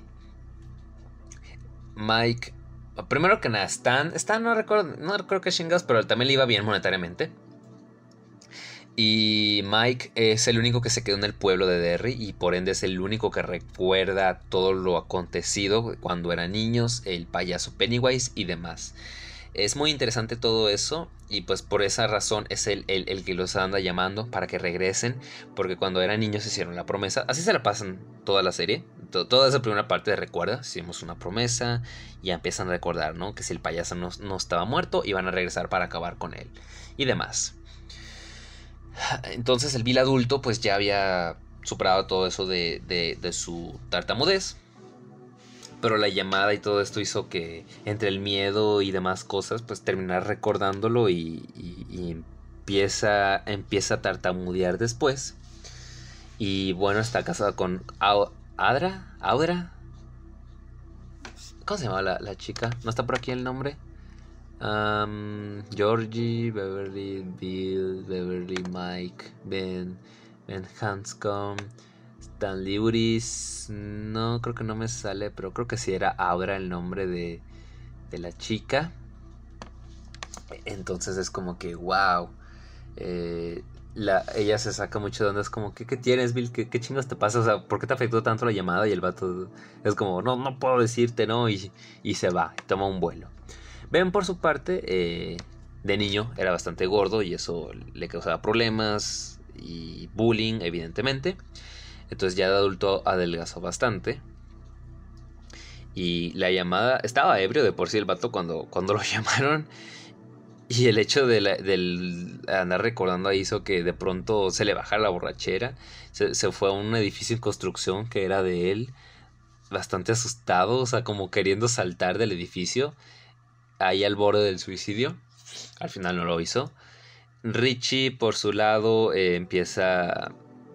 Mike, primero que nada, Stan no recuerdo qué chingados, pero también le iba bien monetariamente. Y Mike es el único que se quedó en el pueblo de Derry y por ende es el único que recuerda todo lo acontecido cuando eran niños, el payaso Pennywise y demás. Es muy interesante todo eso y pues por esa razón es el que los anda llamando para que regresen, porque cuando eran niños hicieron la promesa. Así se la pasan toda la serie, toda esa primera parte de recuerda, hicimos una promesa y ya empiezan a recordar, ¿no? Que si el payaso no estaba muerto iban a regresar para acabar con él y demás. Entonces el Bill adulto pues ya había superado todo eso de su tartamudez. Pero la llamada y todo esto hizo que entre el miedo y demás cosas pues terminar recordándolo y empieza a tartamudear después. Y bueno, está casada con Audra. ¿Cómo se llama la chica? ¿No está por aquí el nombre? Georgie, Beverly, Bill, Beverly, Mike, Ben Hanscom, Stan Lewis. No, creo que no me sale, pero creo que sí era Aura el nombre de la chica. Entonces es como que wow. ella se saca mucho de onda, es como, ¿qué tienes, Bill? ¿Qué chingas te pasa? O sea, ¿por qué te afectó tanto la llamada? Y el vato es como, no puedo decirte, ¿no? Y se va, toma un vuelo. Ben, por su parte, de niño era bastante gordo y eso le causaba problemas y bullying, evidentemente. Entonces ya de adulto adelgazó bastante. Y la llamada, estaba ebrio de por sí el vato cuando lo llamaron. Y el hecho del andar recordando ahí hizo que de pronto se le bajara la borrachera. Se fue a un edificio en construcción que era de él. Bastante asustado, o sea, como queriendo saltar del edificio. Ahí al borde del suicidio. Al final no lo hizo. Richie, por su lado, empieza...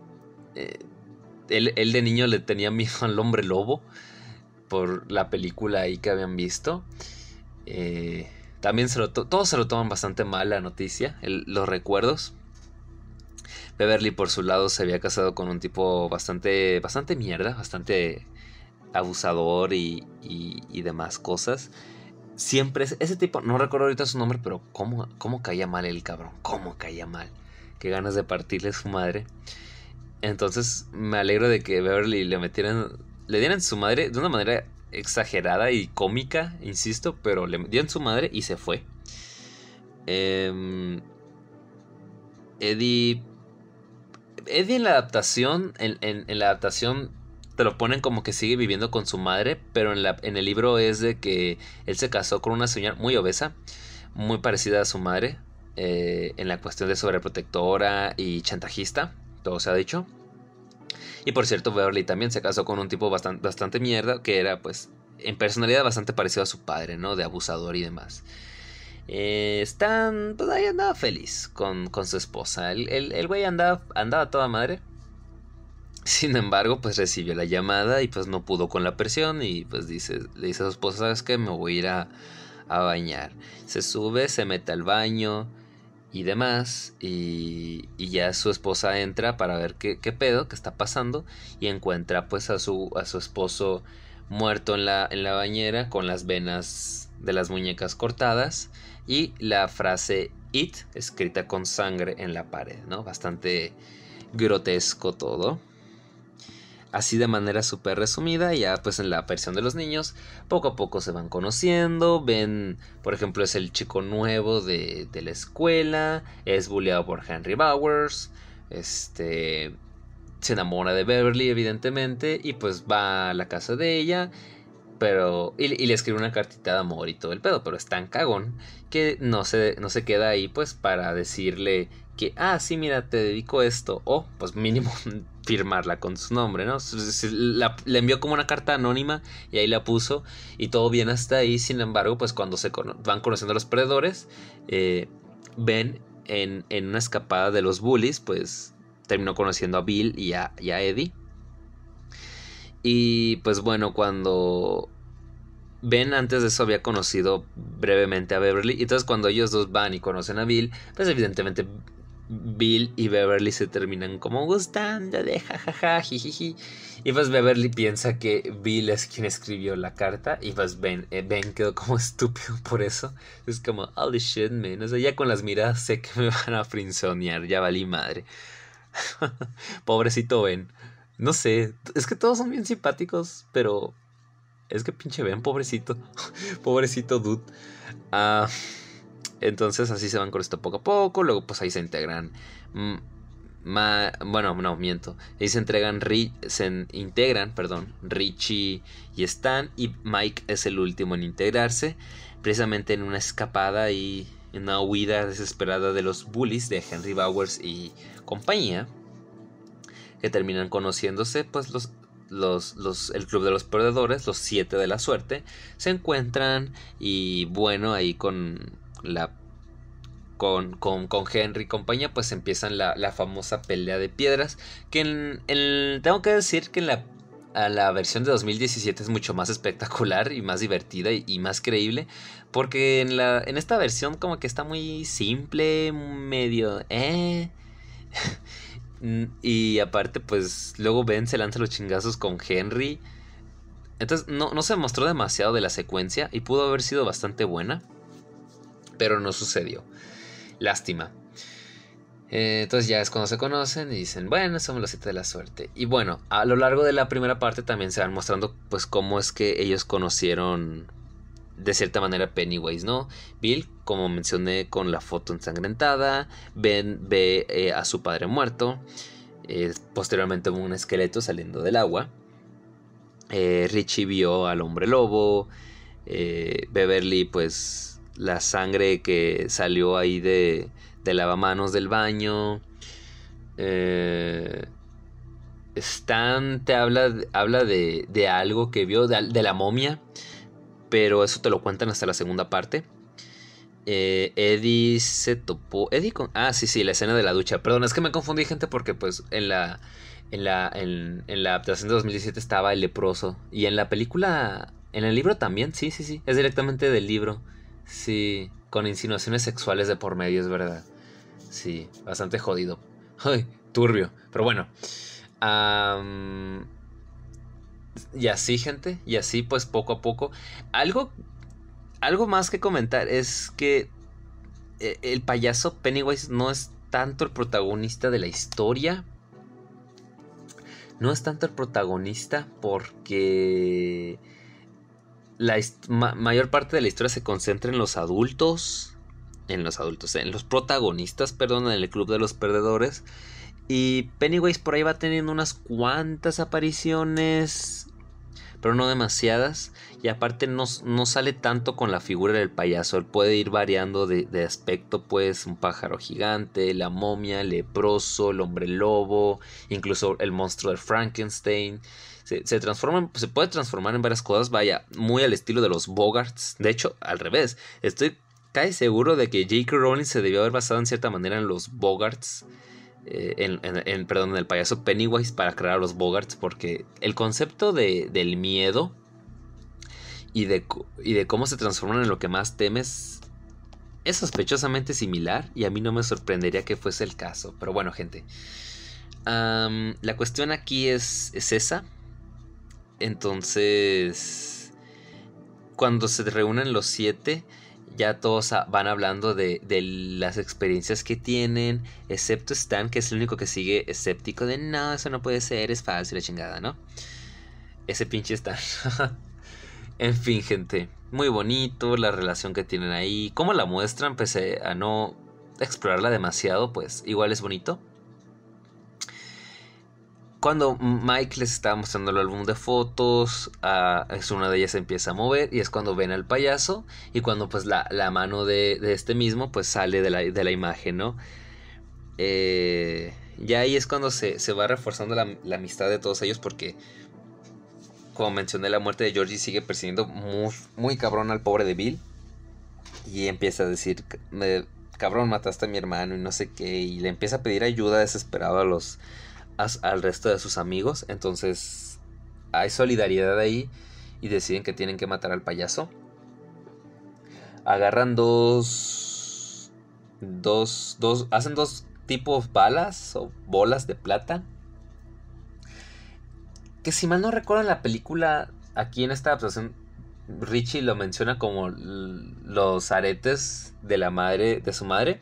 Él de niño le tenía miedo al hombre lobo. Por la película ahí que habían visto. También todos se lo toman bastante mal la noticia, los recuerdos. Beverly por su lado se había casado con un tipo bastante mierda, bastante abusador y demás cosas. Siempre ese tipo, no recuerdo ahorita su nombre, pero cómo caía mal el cabrón, cómo caía mal. Qué ganas de partirle su madre. Entonces me alegro de que Beverly le dieran su madre de una manera exagerada y cómica, insisto, pero le dieron su madre y se fue. Eddie en la adaptación, en la adaptación te lo ponen como que sigue viviendo con su madre, pero en el libro es de que él se casó con una señora muy obesa, muy parecida a su madre, en la cuestión de sobreprotectora y chantajista, todo se ha dicho. Y por cierto, Beverly también se casó con un tipo bastante mierda, que era pues en personalidad bastante parecido a su padre, ¿no? De abusador y demás. Pues ahí andaba feliz con su esposa. El güey andaba toda madre. Sin embargo, pues recibió la llamada y pues no pudo con la presión y pues le dice a su esposa, ¿sabes qué? Me voy a ir a bañar. Se sube, se mete al baño y demás y ya su esposa entra para ver qué pedo, qué está pasando y encuentra pues a su esposo muerto en la bañera con las venas de las muñecas cortadas y la frase "It" escrita con sangre en la pared, ¿no? Bastante grotesco todo. Así de manera súper resumida, ya pues en la versión de los niños, poco a poco se van conociendo, ven, por ejemplo, es el chico nuevo de la escuela, es bulleado por Henry Bowers, se enamora de Beverly evidentemente y pues va a la casa de ella, pero y le escribe una cartita de amor y todo el pedo, pero es tan cagón que no se queda ahí pues para decirle que, sí, mira, te dedico esto, o pues mínimo firmarla con su nombre, ¿no? Le envió como una carta anónima y ahí la puso y todo bien hasta ahí. Sin embargo, pues cuando van conociendo a los perdedores, ven en una escapada de los bullies, pues terminó conociendo a Bill y a Eddie. Y pues bueno, cuando Ben antes de eso había conocido brevemente a Beverly. Y entonces cuando ellos dos van y conocen a Bill, pues evidentemente Bill y Beverly se terminan como gustando de jajaja, jijiji. Y pues Beverly piensa que Bill es quien escribió la carta. Y pues Ben quedó como estúpido por eso. Es como, holy shit, man. O sea, ya con las miradas sé que me van a frinzonear. Ya valí madre. Pobrecito Ben. No sé, es que todos son bien simpáticos, pero es que pinche Ben, pobrecito. Pobrecito dude. Entonces así se van con esto poco a poco. Luego pues ahí se integran. Bueno, no, miento. Ahí se integran, Richie y Stan. Y Mike es el último en integrarse. Precisamente en una escapada y en una huida desesperada de los bullies de Henry Bowers y compañía, que terminan conociéndose, pues el club de los perdedores, los 7 de la suerte, se encuentran y bueno, ahí con Henry y compañía, pues empiezan la famosa pelea de piedras, que tengo que decir que la versión de 2017 es mucho más espectacular y más divertida y más creíble, porque en esta versión como que está muy simple, medio y aparte pues luego Ben se lanza los chingazos con Henry. Entonces no se mostró demasiado de la secuencia y pudo haber sido bastante buena, pero no sucedió. Lástima. Entonces ya es cuando se conocen y dicen, bueno, somos los 7 de la suerte. Y bueno, a lo largo de la primera parte también se van mostrando pues cómo es que ellos conocieron de cierta manera Pennywise, ¿no? Bill, como mencioné, con la foto ensangrentada, Ben ve a su padre muerto, posteriormente un esqueleto saliendo del agua. Richie vio al hombre lobo, Beverly pues la sangre que salió ahí de lavamanos del baño. Stan te habla de algo que vio, de la momia, pero eso te lo cuentan hasta la segunda parte. Eddie se topó. Eddie con. Ah, sí, la escena de la ducha. Perdón, es que me confundí, gente, porque pues en la adaptación de 2017 estaba el leproso. Y en la película. En el libro también, sí. Es directamente del libro. Sí, con insinuaciones sexuales de por medio, es verdad. Sí, bastante jodido. Ay, turbio. Pero bueno. Y así, gente. Y así, pues poco a poco. Algo más que comentar es que el payaso Pennywise no es tanto el protagonista de la historia. No es tanto el protagonista porque la mayor parte de la historia se concentra en los adultos. En los protagonistas, perdón, en el club de los perdedores. Y Pennywise por ahí va teniendo unas cuantas apariciones, pero no demasiadas. Y aparte no sale tanto con la figura del payaso. Él puede ir variando de aspecto, pues un pájaro gigante, la momia, el leproso, el hombre lobo, incluso el monstruo de Frankenstein. Se puede transformar en varias cosas, vaya, muy al estilo de los Bogarts. De hecho, al revés, estoy casi seguro de que J.K. Rowling se debió haber basado en cierta manera en los Bogarts. En el payaso Pennywise para crear a los Bogarts, porque el concepto del miedo y de cómo se transforman en lo que más temes es sospechosamente similar, y a mí no me sorprendería que fuese el caso. Pero bueno, gente, la cuestión aquí es esa. Entonces, cuando se reúnen los 7, ya todos van hablando de las experiencias que tienen, excepto Stan, que es el único que sigue escéptico de no, eso no puede ser, es falso y la chingada, ¿no? Ese pinche Stan. En fin, gente, muy bonito la relación que tienen ahí. Cómo la muestran, pese a no explorarla demasiado, pues igual es bonito. Cuando Mike les está mostrando el álbum de fotos, es una de ellas se empieza a mover y es cuando ven al payaso, y cuando pues la mano de este mismo pues sale de la imagen, ¿no? Ya ahí es cuando se va reforzando la amistad de todos ellos, porque como mencioné, la muerte de Georgie sigue persiguiendo muy, muy cabrón al pobre de Bill, y empieza a decir, cabrón, mataste a mi hermano y no sé qué, y le empieza a pedir ayuda desesperado al resto de sus amigos. Entonces hay solidaridad ahí y deciden que tienen que matar al payaso. Agarran hacen dos tipos balas o bolas de plata, que si mal no recuerdo en la película, aquí en esta adaptación Richie lo menciona como los aretes de su madre.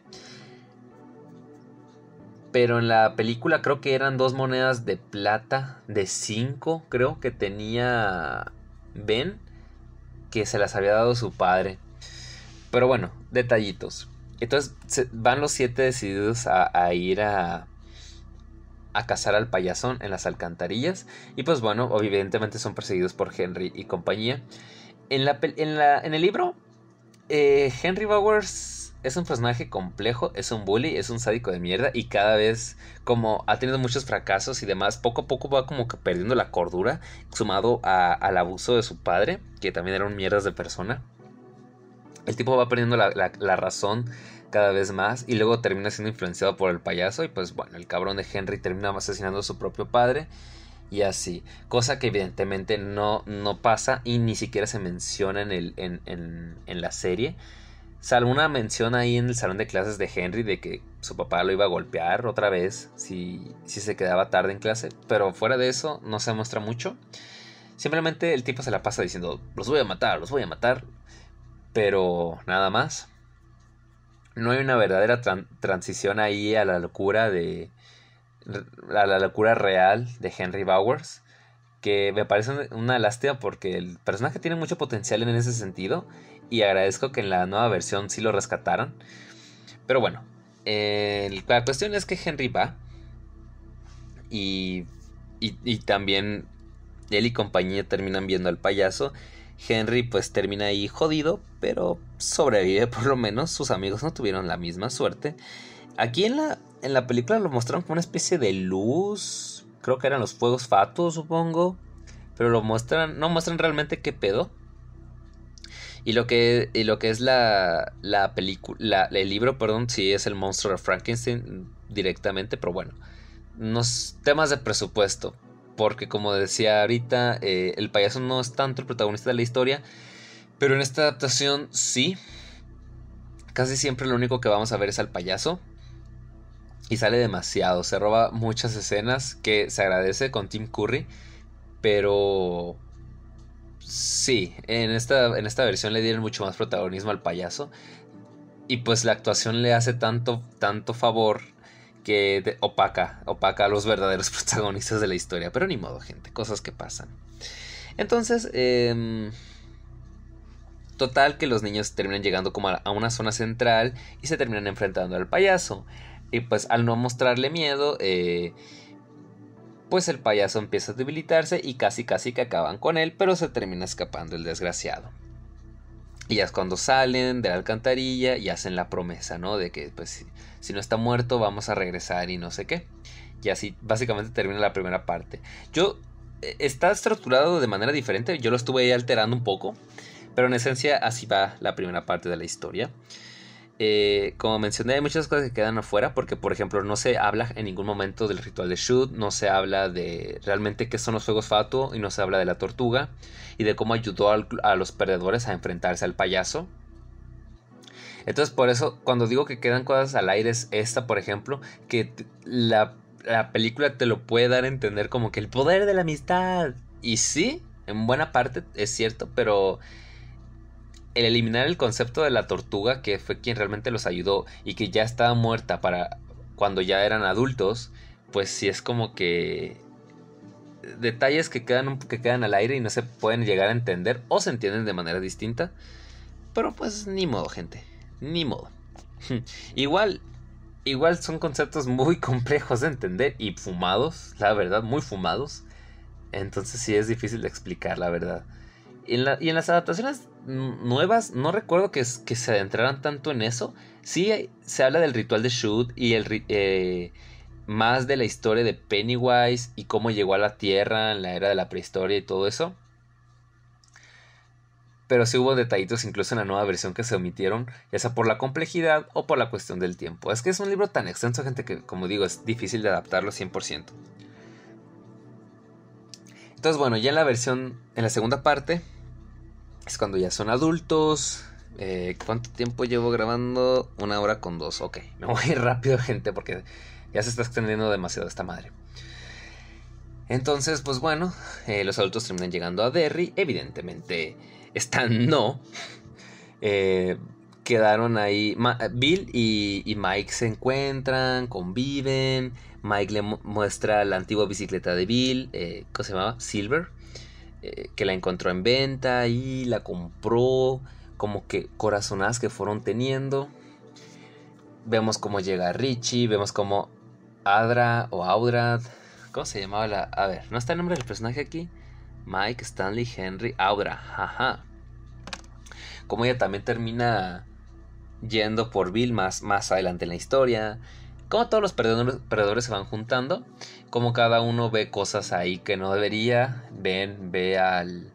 Pero en la película creo que eran 2 monedas de plata de 5, creo que tenía Ben, que se las había dado su padre. Pero bueno, detallitos. Entonces van los 7 decididos a ir a cazar al payasón en las alcantarillas. Y pues bueno, evidentemente son perseguidos por Henry y compañía. En el libro, Henry Bowers es un personaje complejo, es un bully, es un sádico de mierda, y cada vez, como ha tenido muchos fracasos y demás, poco a poco va como que perdiendo la cordura, sumado al abuso de su padre, que también era un mierdas de persona. El tipo va perdiendo la razón cada vez más, y luego termina siendo influenciado por el payaso, y pues bueno, el cabrón de Henry termina asesinando a su propio padre. Y así, cosa que evidentemente no pasa y ni siquiera se menciona en la serie, salvo una mención ahí en el salón de clases de Henry de que su papá lo iba a golpear otra vez si se quedaba tarde en clase. Pero fuera de eso no se muestra mucho. Simplemente el tipo se la pasa diciendo, los voy a matar, pero nada más. no hay una verdadera transición ahí a la locura a la locura real de Henry Bowers, que me parece una lástima porque el personaje tiene mucho potencial en ese sentido y agradezco que en la nueva versión sí lo rescataron. Pero bueno, la cuestión es que Henry va y, y también él y compañía terminan viendo al payaso. Henry pues termina ahí jodido, pero sobrevive por lo menos. Sus amigos no tuvieron la misma suerte. Aquí en la película lo mostraron como una especie de luz. Creo que eran los fuegos fatuos, supongo. Pero no muestran realmente qué pedo. Y lo que es la película, el libro, perdón, sí es el monstruo de Frankenstein directamente, pero bueno, unos temas de presupuesto, porque como decía ahorita, el payaso no es tanto el protagonista de la historia, pero en esta adaptación sí, casi siempre lo único que vamos a ver es al payaso, y sale demasiado, se roba muchas escenas que se agradece con Tim Curry, pero sí, en esta versión le dieron mucho más protagonismo al payaso. Y pues la actuación le hace tanto favor que opaca a los verdaderos protagonistas de la historia. Pero ni modo, gente, cosas que pasan. Entonces, total que los niños terminan llegando como a una zona central y se terminan enfrentando al payaso. Y pues al no mostrarle miedo, pues el payaso empieza a debilitarse y casi que acaban con él, pero se termina escapando el desgraciado. Y ya es cuando salen de la alcantarilla y hacen la promesa, ¿no? De que pues si no está muerto vamos a regresar y no sé qué. Y así básicamente termina la primera parte. Está estructurado de manera diferente, yo lo estuve ahí alterando un poco, pero en esencia así va la primera parte de la historia. Como mencioné, hay muchas cosas que quedan afuera porque, por ejemplo, no se habla en ningún momento del ritual de Shoot, no se habla de realmente qué son los fuegos fatuo y no se habla de la tortuga y de cómo ayudó a los perdedores a enfrentarse al payaso. Entonces, por eso, cuando digo que quedan cosas al aire, es esta, por ejemplo, que la película te lo puede dar a entender como que el poder de la amistad. Y sí, en buena parte es cierto, pero el eliminar el concepto de la tortuga, que fue quien realmente los ayudó y que ya estaba muerta para cuando ya eran adultos, pues sí es como que detalles que quedan al aire y no se pueden llegar a entender o se entienden de manera distinta. Pero pues ni modo, gente, ni modo. Igual, igual son conceptos muy complejos de entender y fumados, la verdad, muy fumados. Entonces sí es difícil de explicar, la verdad. Y en las adaptaciones nuevas no recuerdo que se adentraran tanto en eso. Sí se habla del ritual de Shoot y más de la historia de Pennywise y cómo llegó a la Tierra en la era de la prehistoria y todo eso. Pero sí hubo detallitos incluso en la nueva versión que se omitieron, ya sea por la complejidad o por la cuestión del tiempo. Es que es un libro tan extenso, gente, que como digo es difícil de adaptarlo 100%. Entonces bueno, ya en la segunda parte es cuando ya son adultos. ¿Cuánto tiempo llevo grabando? 1 hora con 2. Ok, me voy rápido, gente, porque ya se está extendiendo demasiado esta madre. Entonces, pues bueno, los adultos terminan llegando a Derry. Evidentemente, Stan no. Quedaron ahí. Bill y Mike se encuentran, conviven. Mike le muestra la antigua bicicleta de Bill. ¿Cómo se llamaba? Silver. Que la encontró en venta y la compró. Como que corazonadas que fueron teniendo. Vemos cómo llega Richie. Vemos cómo Audrad. ¿Cómo se llamaba la...? A ver, ¿no está el nombre del personaje aquí? Mike, Stanley, Henry, Audra. Ajá. Como ella también termina yendo por Bill más adelante en la historia. Como todos los perdedores se van juntando. Como cada uno ve cosas ahí que no debería. Ve al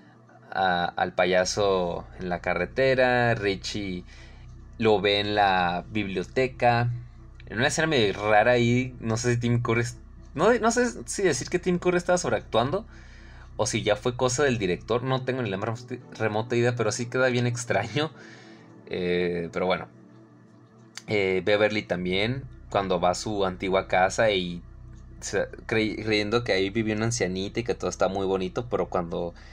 payaso en la carretera. Richie lo ve en la biblioteca. En una escena medio rara ahí. No sé si Tim Curry... No sé si decir que Tim Curry estaba sobreactuando o si ya fue cosa del director. No tengo ni la más remota idea, pero sí queda bien extraño. Pero bueno. Beverly también, cuando va a su antigua casa y creyendo que ahí vivía una ancianita y que todo está muy bonito, pero cuando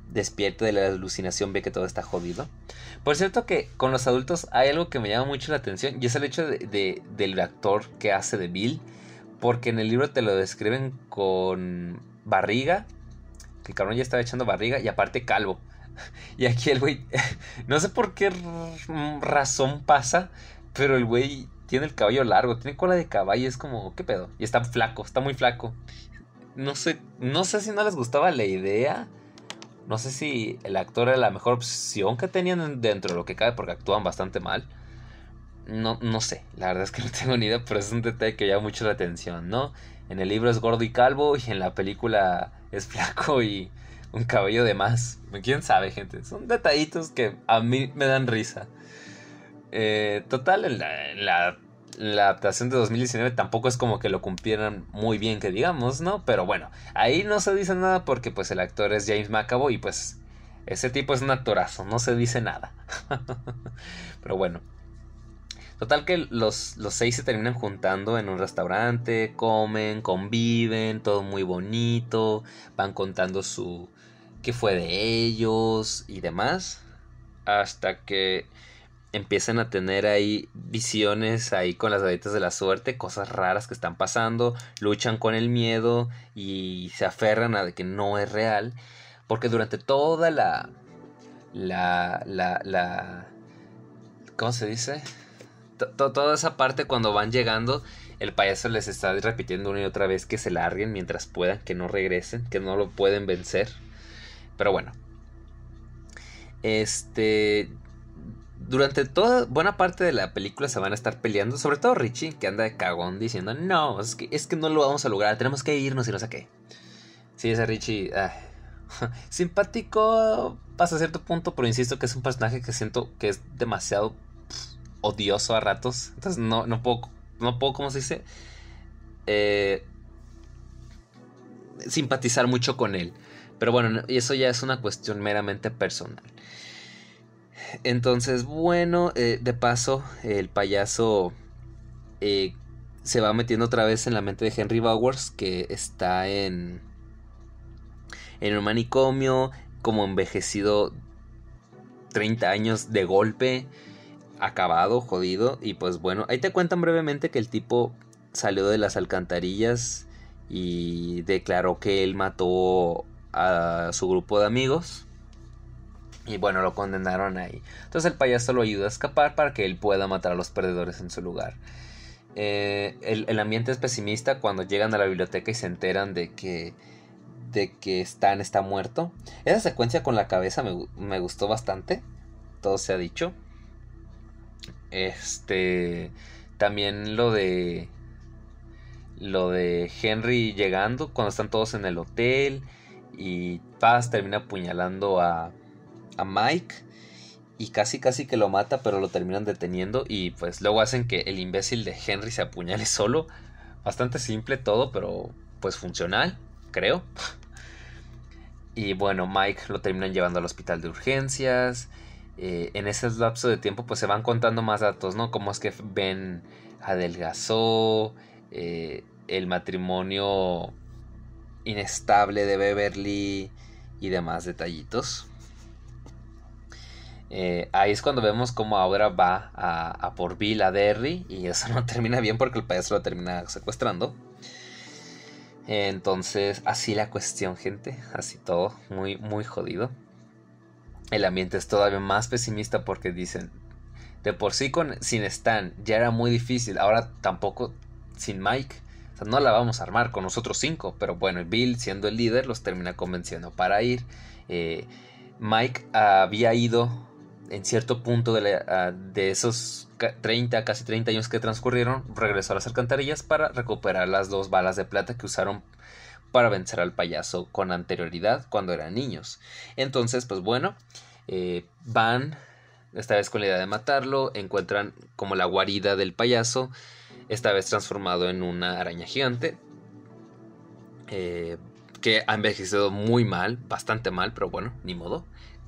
despierta de la alucinación, ve que todo está jodido. Por cierto que con los adultos hay algo que me llama mucho la atención, y es el hecho del actor que hace de Bill, porque en el libro te lo describen con barriga, que el cabrón ya estaba echando barriga, y aparte calvo. Y aquí el güey, no sé por qué razón pasa, pero el güey tiene el cabello largo, tiene cola de caballo, es como, ¿qué pedo? Y está flaco, está muy flaco. No sé si no les gustaba la idea. No sé si el actor era la mejor opción que tenían dentro de lo que cabe, porque actúan bastante mal. No sé, la verdad es que no tengo ni idea, pero es un detalle que llama mucho la atención, ¿no? En el libro es gordo y calvo, y en la película es flaco y un cabello de más. ¿Quién sabe, gente? Son detallitos que a mí me dan risa. Total, en la adaptación de 2019 tampoco es como que lo cumplieran muy bien, que digamos, ¿no? Pero bueno, ahí no se dice nada porque pues el actor es James McAvoy y pues ese tipo es un actorazo, no se dice nada. Pero bueno, total que los 6 se terminan juntando en un restaurante, comen, conviven, todo muy bonito, van contando qué fue de ellos y demás, hasta que empiezan a tener ahí visiones ahí con las varitas de la suerte, cosas raras que están pasando, luchan con el miedo y se aferran a de que no es real, porque durante toda la ¿cómo se dice? Toda esa parte cuando van llegando, el payaso les está repitiendo una y otra vez que se larguen mientras puedan, que no regresen, que no lo pueden vencer. Pero bueno, durante toda buena parte de la película se van a estar peleando, sobre todo Richie, que anda de cagón diciendo, no, es que no lo vamos a lograr, tenemos que irnos y no sé qué. Sí, ese Richie, simpático hasta cierto punto, pero insisto que es un personaje que siento que es demasiado odioso a ratos, entonces no puedo, ¿cómo se dice? Simpatizar mucho con él. Pero bueno, eso ya es una cuestión meramente personal. Entonces, bueno, de paso, el payaso se va metiendo otra vez en la mente de Henry Bowers, que está en un manicomio, como envejecido 30 años de golpe, acabado, jodido. Y pues bueno, ahí te cuentan brevemente que el tipo salió de las alcantarillas y declaró que él mató a su grupo de amigos. Y bueno, lo condenaron ahí. Entonces el payaso lo ayuda a escapar para que él pueda matar a los perdedores en su lugar. El ambiente es pesimista cuando llegan a la biblioteca y se enteran de que Stan está muerto. Esa secuencia con la cabeza me gustó bastante. Todo se ha dicho. También lo de Henry llegando cuando están todos en el hotel y Paz termina apuñalando a Mike y casi que lo mata, pero lo terminan deteniendo y pues luego hacen que el imbécil de Henry se apuñale solo. Bastante simple todo, pero pues funcional, creo. Y bueno, Mike lo terminan llevando al hospital de urgencias. En ese lapso de tiempo pues se van contando más datos, ¿no? Como es que Ben adelgazó, el matrimonio inestable de Beverly y demás detallitos. Ahí es cuando vemos cómo ahora va a por Bill a Derry y eso no termina bien porque el payaso lo termina secuestrando. Entonces así la cuestión, gente, así todo muy muy jodido. El ambiente es todavía más pesimista porque dicen, de por sí sin Stan ya era muy difícil, ahora tampoco sin Mike. O sea, no la vamos a armar con nosotros 5, pero bueno, Bill siendo el líder los termina convenciendo para ir. Mike había ido en cierto punto de esos casi 30 años que transcurrieron, regresó a las alcantarillas para recuperar las 2 balas de plata que usaron para vencer al payaso con anterioridad cuando eran niños. Entonces, pues bueno, van esta vez con la idea de matarlo, encuentran como la guarida del payaso, esta vez transformado en una araña gigante, que ha envejecido muy mal, bastante mal, pero bueno, ni modo.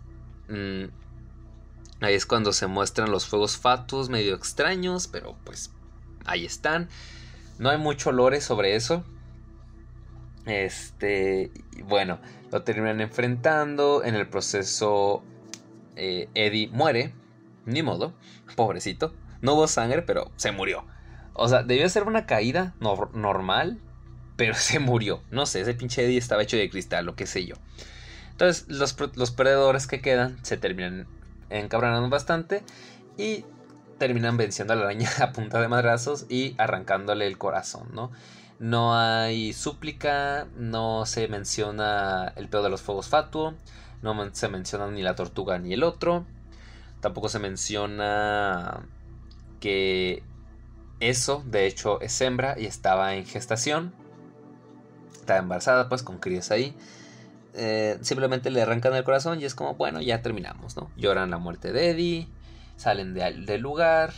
Ahí es cuando se muestran los fuegos fatuos medio extraños, pero pues ahí están. No hay mucho lore sobre eso. Y bueno, lo terminan enfrentando. En el proceso, Eddie muere. Ni modo, pobrecito. No hubo sangre, pero se murió. O sea, debió ser una caída normal, pero se murió. No sé, ese pinche Eddie estaba hecho de cristal, o qué sé yo. Entonces, los perdedores que quedan se terminan encabronando bastante y terminan venciendo a la araña a punta de madrazos y arrancándole el corazón, ¿no? No hay súplica, no se menciona el pedo de los fuegos fatuo, no se menciona ni la tortuga ni el otro. Tampoco se menciona que eso, de hecho, es hembra y estaba en gestación. Estaba embarazada, pues, con crías ahí. Simplemente le arrancan el corazón y es como, bueno, ya terminamos, ¿no? Lloran la muerte de Eddie, salen del lugar,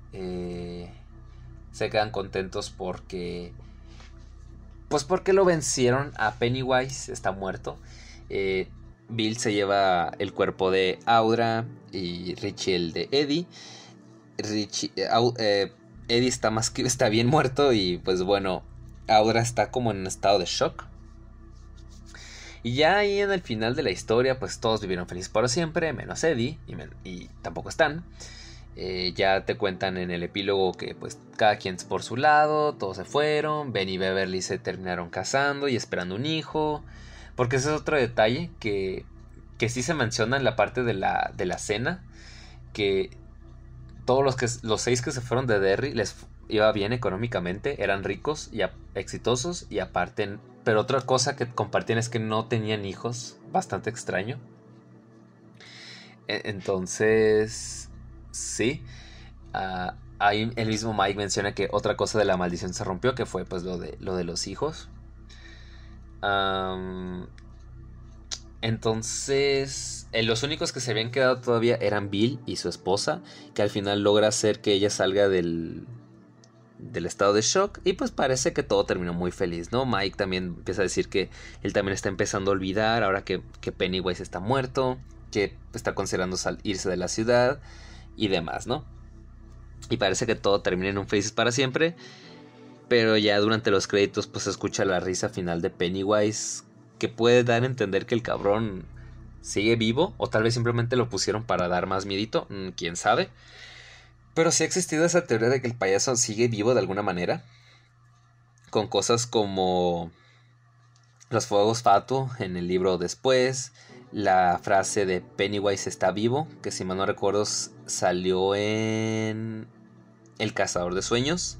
se quedan contentos porque, pues porque lo vencieron a Pennywise, está muerto. Bill se lleva el cuerpo de Audra y Richie el de Eddie. Eddie está bien muerto y pues bueno, Audra está como en un estado de shock. Y ya ahí en el final de la historia, pues todos vivieron felices por siempre, menos Eddie, y tampoco están. Ya te cuentan en el epílogo que pues cada quien por su lado, todos se fueron, Ben y Beverly se terminaron casando y esperando un hijo. Porque ese es otro detalle que sí se menciona en la parte de la cena, que todos los 6 que se fueron de Derry les iba bien económicamente, eran ricos y exitosos y aparte, pero otra cosa que compartían es que no tenían hijos, bastante extraño. Entonces, sí, ahí el mismo Mike menciona que otra cosa de la maldición se rompió, que fue pues lo de los hijos. Entonces, los únicos que se habían quedado todavía eran Bill y su esposa, que al final logra hacer que ella salga del estado de shock y pues parece que todo terminó muy feliz, ¿no? Mike también empieza a decir que él también está empezando a olvidar ahora que Pennywise está muerto, que está considerando irse de la ciudad y demás, ¿no? Y parece que todo termina en un Felices para siempre, pero ya durante los créditos pues se escucha la risa final de Pennywise, que puede dar a entender que el cabrón sigue vivo, o tal vez simplemente lo pusieron para dar más miedito, quién sabe. Pero sí ha existido esa teoría de que el payaso sigue vivo de alguna manera, con cosas como los fuegos fatuo en el libro después, la frase de Pennywise está vivo, que si mal no recuerdo salió en El cazador de sueños,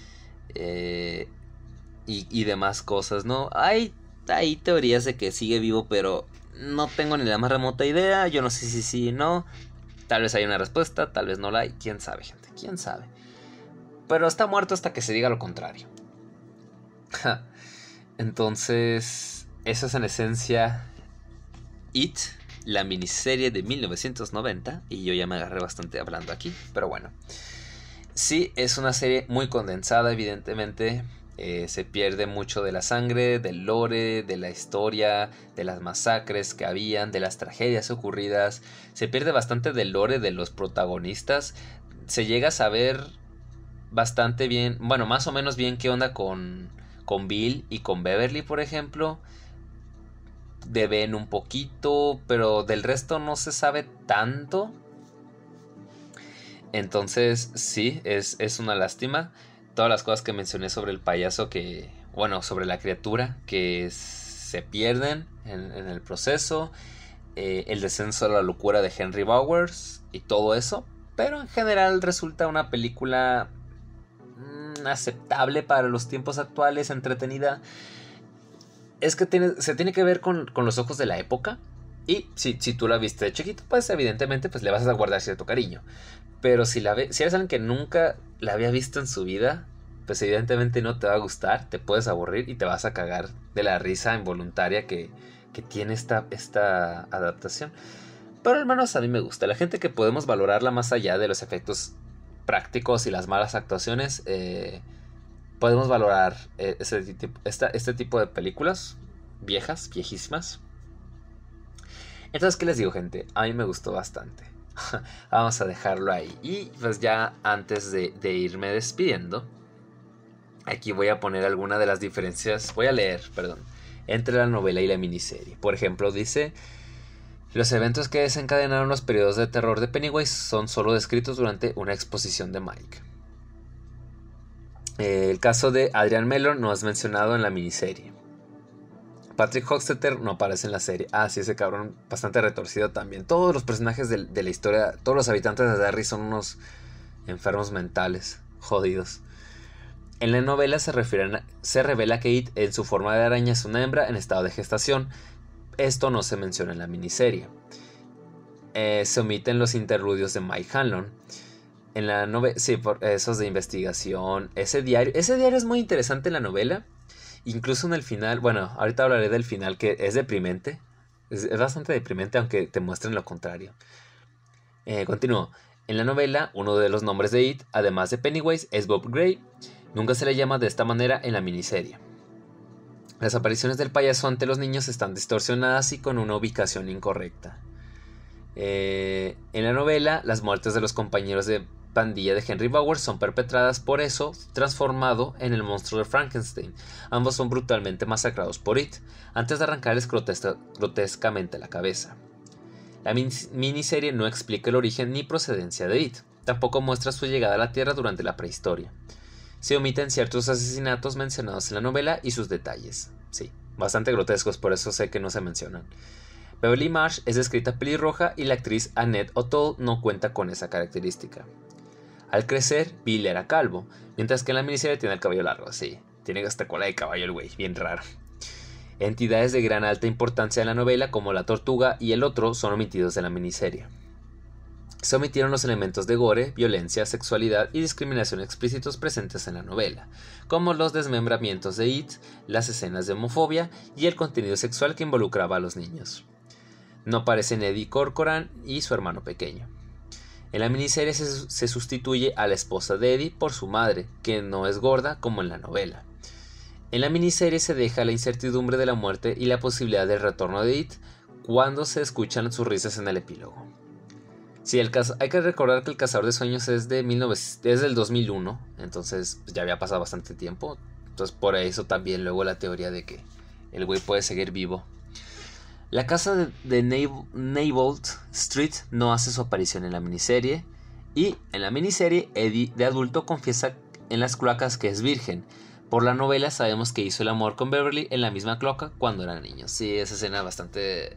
y demás cosas, ¿no? Hay teorías de que sigue vivo, pero no tengo ni la más remota idea, yo no sé si sí o no. Tal vez hay una respuesta, tal vez no la hay, quién sabe, gente, quién sabe. Pero está muerto hasta que se diga lo contrario. Entonces, eso es en esencia It, la miniserie de 1990. Y yo ya me agarré bastante hablando aquí, pero bueno. Sí, es una serie muy condensada, evidentemente. Se pierde mucho de la sangre, del lore, de la historia, de las masacres que habían, de las tragedias ocurridas. Se pierde bastante del lore de los protagonistas. Se llega a saber bastante bien, bueno, más o menos bien qué onda con Bill y con Beverly, por ejemplo. De Ben un poquito, pero del resto no se sabe tanto. Entonces, sí, es una lástima. Todas las cosas que mencioné sobre el payaso bueno, sobre la criatura que se pierden en el proceso. El descenso a la locura de Henry Bowers y todo eso. Pero en general resulta una película aceptable para los tiempos actuales, entretenida. Es que se tiene que ver con los ojos de la época. Y si tú la viste de chiquito, pues evidentemente pues le vas a guardar cierto cariño. Pero si eres alguien que nunca la había visto en su vida, pues evidentemente no te va a gustar, te puedes aburrir y te vas a cagar de la risa involuntaria que tiene esta adaptación. Pero al menos a mí me gusta. La gente que podemos valorarla más allá de los efectos prácticos y las malas actuaciones, podemos valorar este tipo de películas viejísimas. Entonces, ¿qué les digo, gente? A mí me gustó bastante. Vamos a dejarlo ahí. Y pues ya antes de irme despidiendo, aquí voy a poner alguna de las diferencias. Voy a leer, perdón, entre la novela y la miniserie. Por ejemplo, dice: los eventos que desencadenaron los periodos de terror de Pennywise son solo descritos durante una exposición de Mike. El caso de Adrian Mellor no es mencionado en la miniserie. Patrick Hockstetter no aparece en la serie. Ah, sí, ese cabrón bastante retorcido también. Todos los personajes de la historia, todos los habitantes de Derry son unos enfermos mentales, jodidos. En la novela se revela que It en su forma de araña es una hembra en estado de gestación. Esto no se menciona en la miniserie. Se omiten los interludios de Mike Hanlon. En la novela, sí, por esos de investigación. Ese diario es muy interesante en la novela. Incluso en el final, bueno, ahorita hablaré del final, que es deprimente. Es bastante deprimente, aunque te muestren lo contrario. Continúo. En la novela, uno de los nombres de It, además de Pennywise, es Bob Gray. Nunca se le llama de esta manera en la miniserie. Las apariciones del payaso ante los niños están distorsionadas y con una ubicación incorrecta. En la novela, las muertes de los compañeros de pandilla de Henry Bowers son perpetradas por eso, transformado en el monstruo de Frankenstein. Ambos son brutalmente masacrados por It, antes de arrancarles grotescamente la cabeza. La miniserie no explica el origen ni procedencia de It, tampoco muestra su llegada a la Tierra durante la prehistoria. Se omiten ciertos asesinatos mencionados en la novela y sus detalles. Sí, bastante grotescos, por eso sé que no se mencionan. Beverly Marsh es descrita pelirroja y la actriz Annette O'Toole no cuenta con esa característica. Al crecer, Bill era calvo, mientras que en la miniserie tiene el cabello largo. Sí, tiene hasta cola de caballo el güey, bien raro. Entidades de gran alta importancia en la novela, como la tortuga y el otro, son omitidos de la miniserie. Se omitieron los elementos de gore, violencia, sexualidad y discriminación explícitos presentes en la novela, como los desmembramientos de It, las escenas de homofobia y el contenido sexual que involucraba a los niños. No aparecen Eddie Corcoran y su hermano pequeño. En la miniserie se sustituye a la esposa de Eddie por su madre, que no es gorda como en la novela. En la miniserie se deja la incertidumbre de la muerte y la posibilidad del retorno de It cuando se escuchan sus risas en el epílogo. Sí, hay que recordar que El Cazador de Sueños es del 2001, entonces ya había pasado bastante tiempo. Entonces por eso también luego la teoría de que el güey puede seguir vivo. La casa de Neibolt Street no hace su aparición en la miniserie. Y en la miniserie, Eddie de adulto confiesa en las cloacas que es virgen. Por la novela sabemos que hizo el amor con Beverly en la misma cloaca cuando era niño. Sí, esa escena bastante...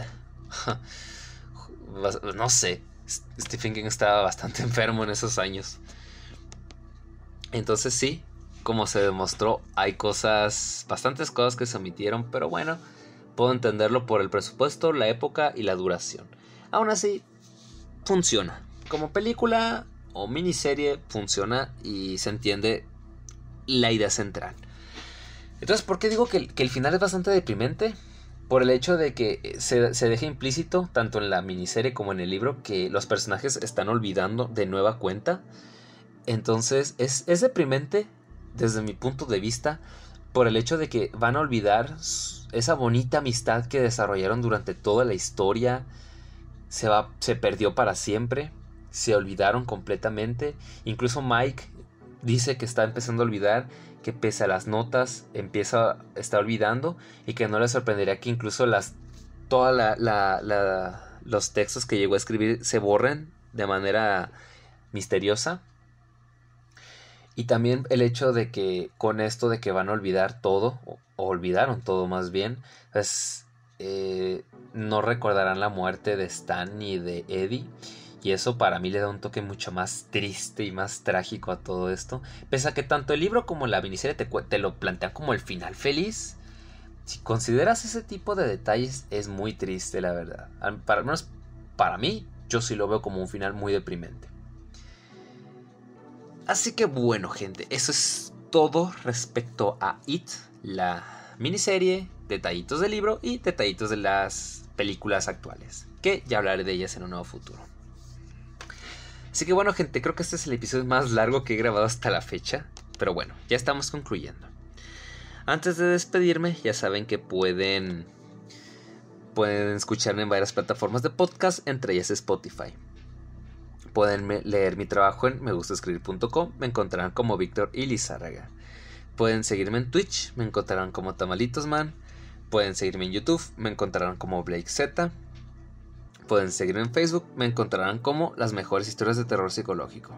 no sé. Stephen King estaba bastante enfermo en esos años. Entonces sí, como se demostró, hay bastantes cosas que se omitieron, pero bueno, puedo entenderlo por el presupuesto, la época y la duración. Aún así, funciona. Como película o miniserie funciona y se entiende la idea central. Entonces, ¿por qué digo que el final es bastante deprimente? Por el hecho de que se deja implícito, tanto en la miniserie como en el libro, que los personajes están olvidando de nueva cuenta. Entonces es deprimente desde mi punto de vista, por el hecho de que van a olvidar esa bonita amistad que desarrollaron durante toda la historia. Se perdió para siempre, se olvidaron completamente. Incluso Mike dice que está empezando a olvidar, que pese a las notas está olvidando, y que no le sorprendería que incluso todos los textos que llegó a escribir se borren de manera misteriosa. Y también el hecho de que con esto de que van a olvidar todo, o olvidaron todo más bien, pues no recordarán la muerte de Stan ni de Eddie. Y eso para mí le da un toque mucho más triste y más trágico a todo esto. Pese a que tanto el libro como la miniserie te lo plantean como el final feliz. Si consideras ese tipo de detalles, es muy triste, la verdad. Al menos para mí, yo sí lo veo como un final muy deprimente. Así que bueno, gente, eso es todo respecto a It, la miniserie, detallitos del libro y detallitos de las películas actuales, que ya hablaré de ellas en un nuevo futuro. Así que bueno, gente, creo que este es el episodio más largo que he grabado hasta la fecha, pero bueno, ya estamos concluyendo. Antes de despedirme, ya saben que pueden escucharme en varias plataformas de podcast, entre ellas Spotify. Pueden leer mi trabajo en megustascribir.com, me encontrarán como Víctor y Lizárraga. Pueden seguirme en Twitch, me encontrarán como Tamalitosman. Pueden seguirme en YouTube, me encontrarán como Blake Z. Pueden seguirme en Facebook, me encontrarán como Las Mejores Historias de Terror Psicológico.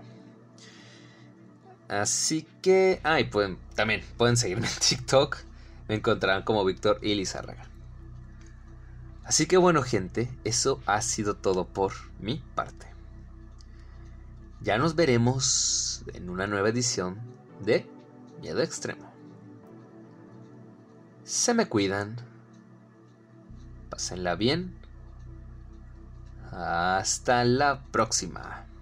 Así que... también pueden seguirme en TikTok, me encontrarán como Víctor y Lizárraga. Así que bueno, gente, eso ha sido todo por mi parte. Ya nos veremos en una nueva edición de Miedo Extremo. Se me cuidan. Pásenla bien. Hasta la próxima.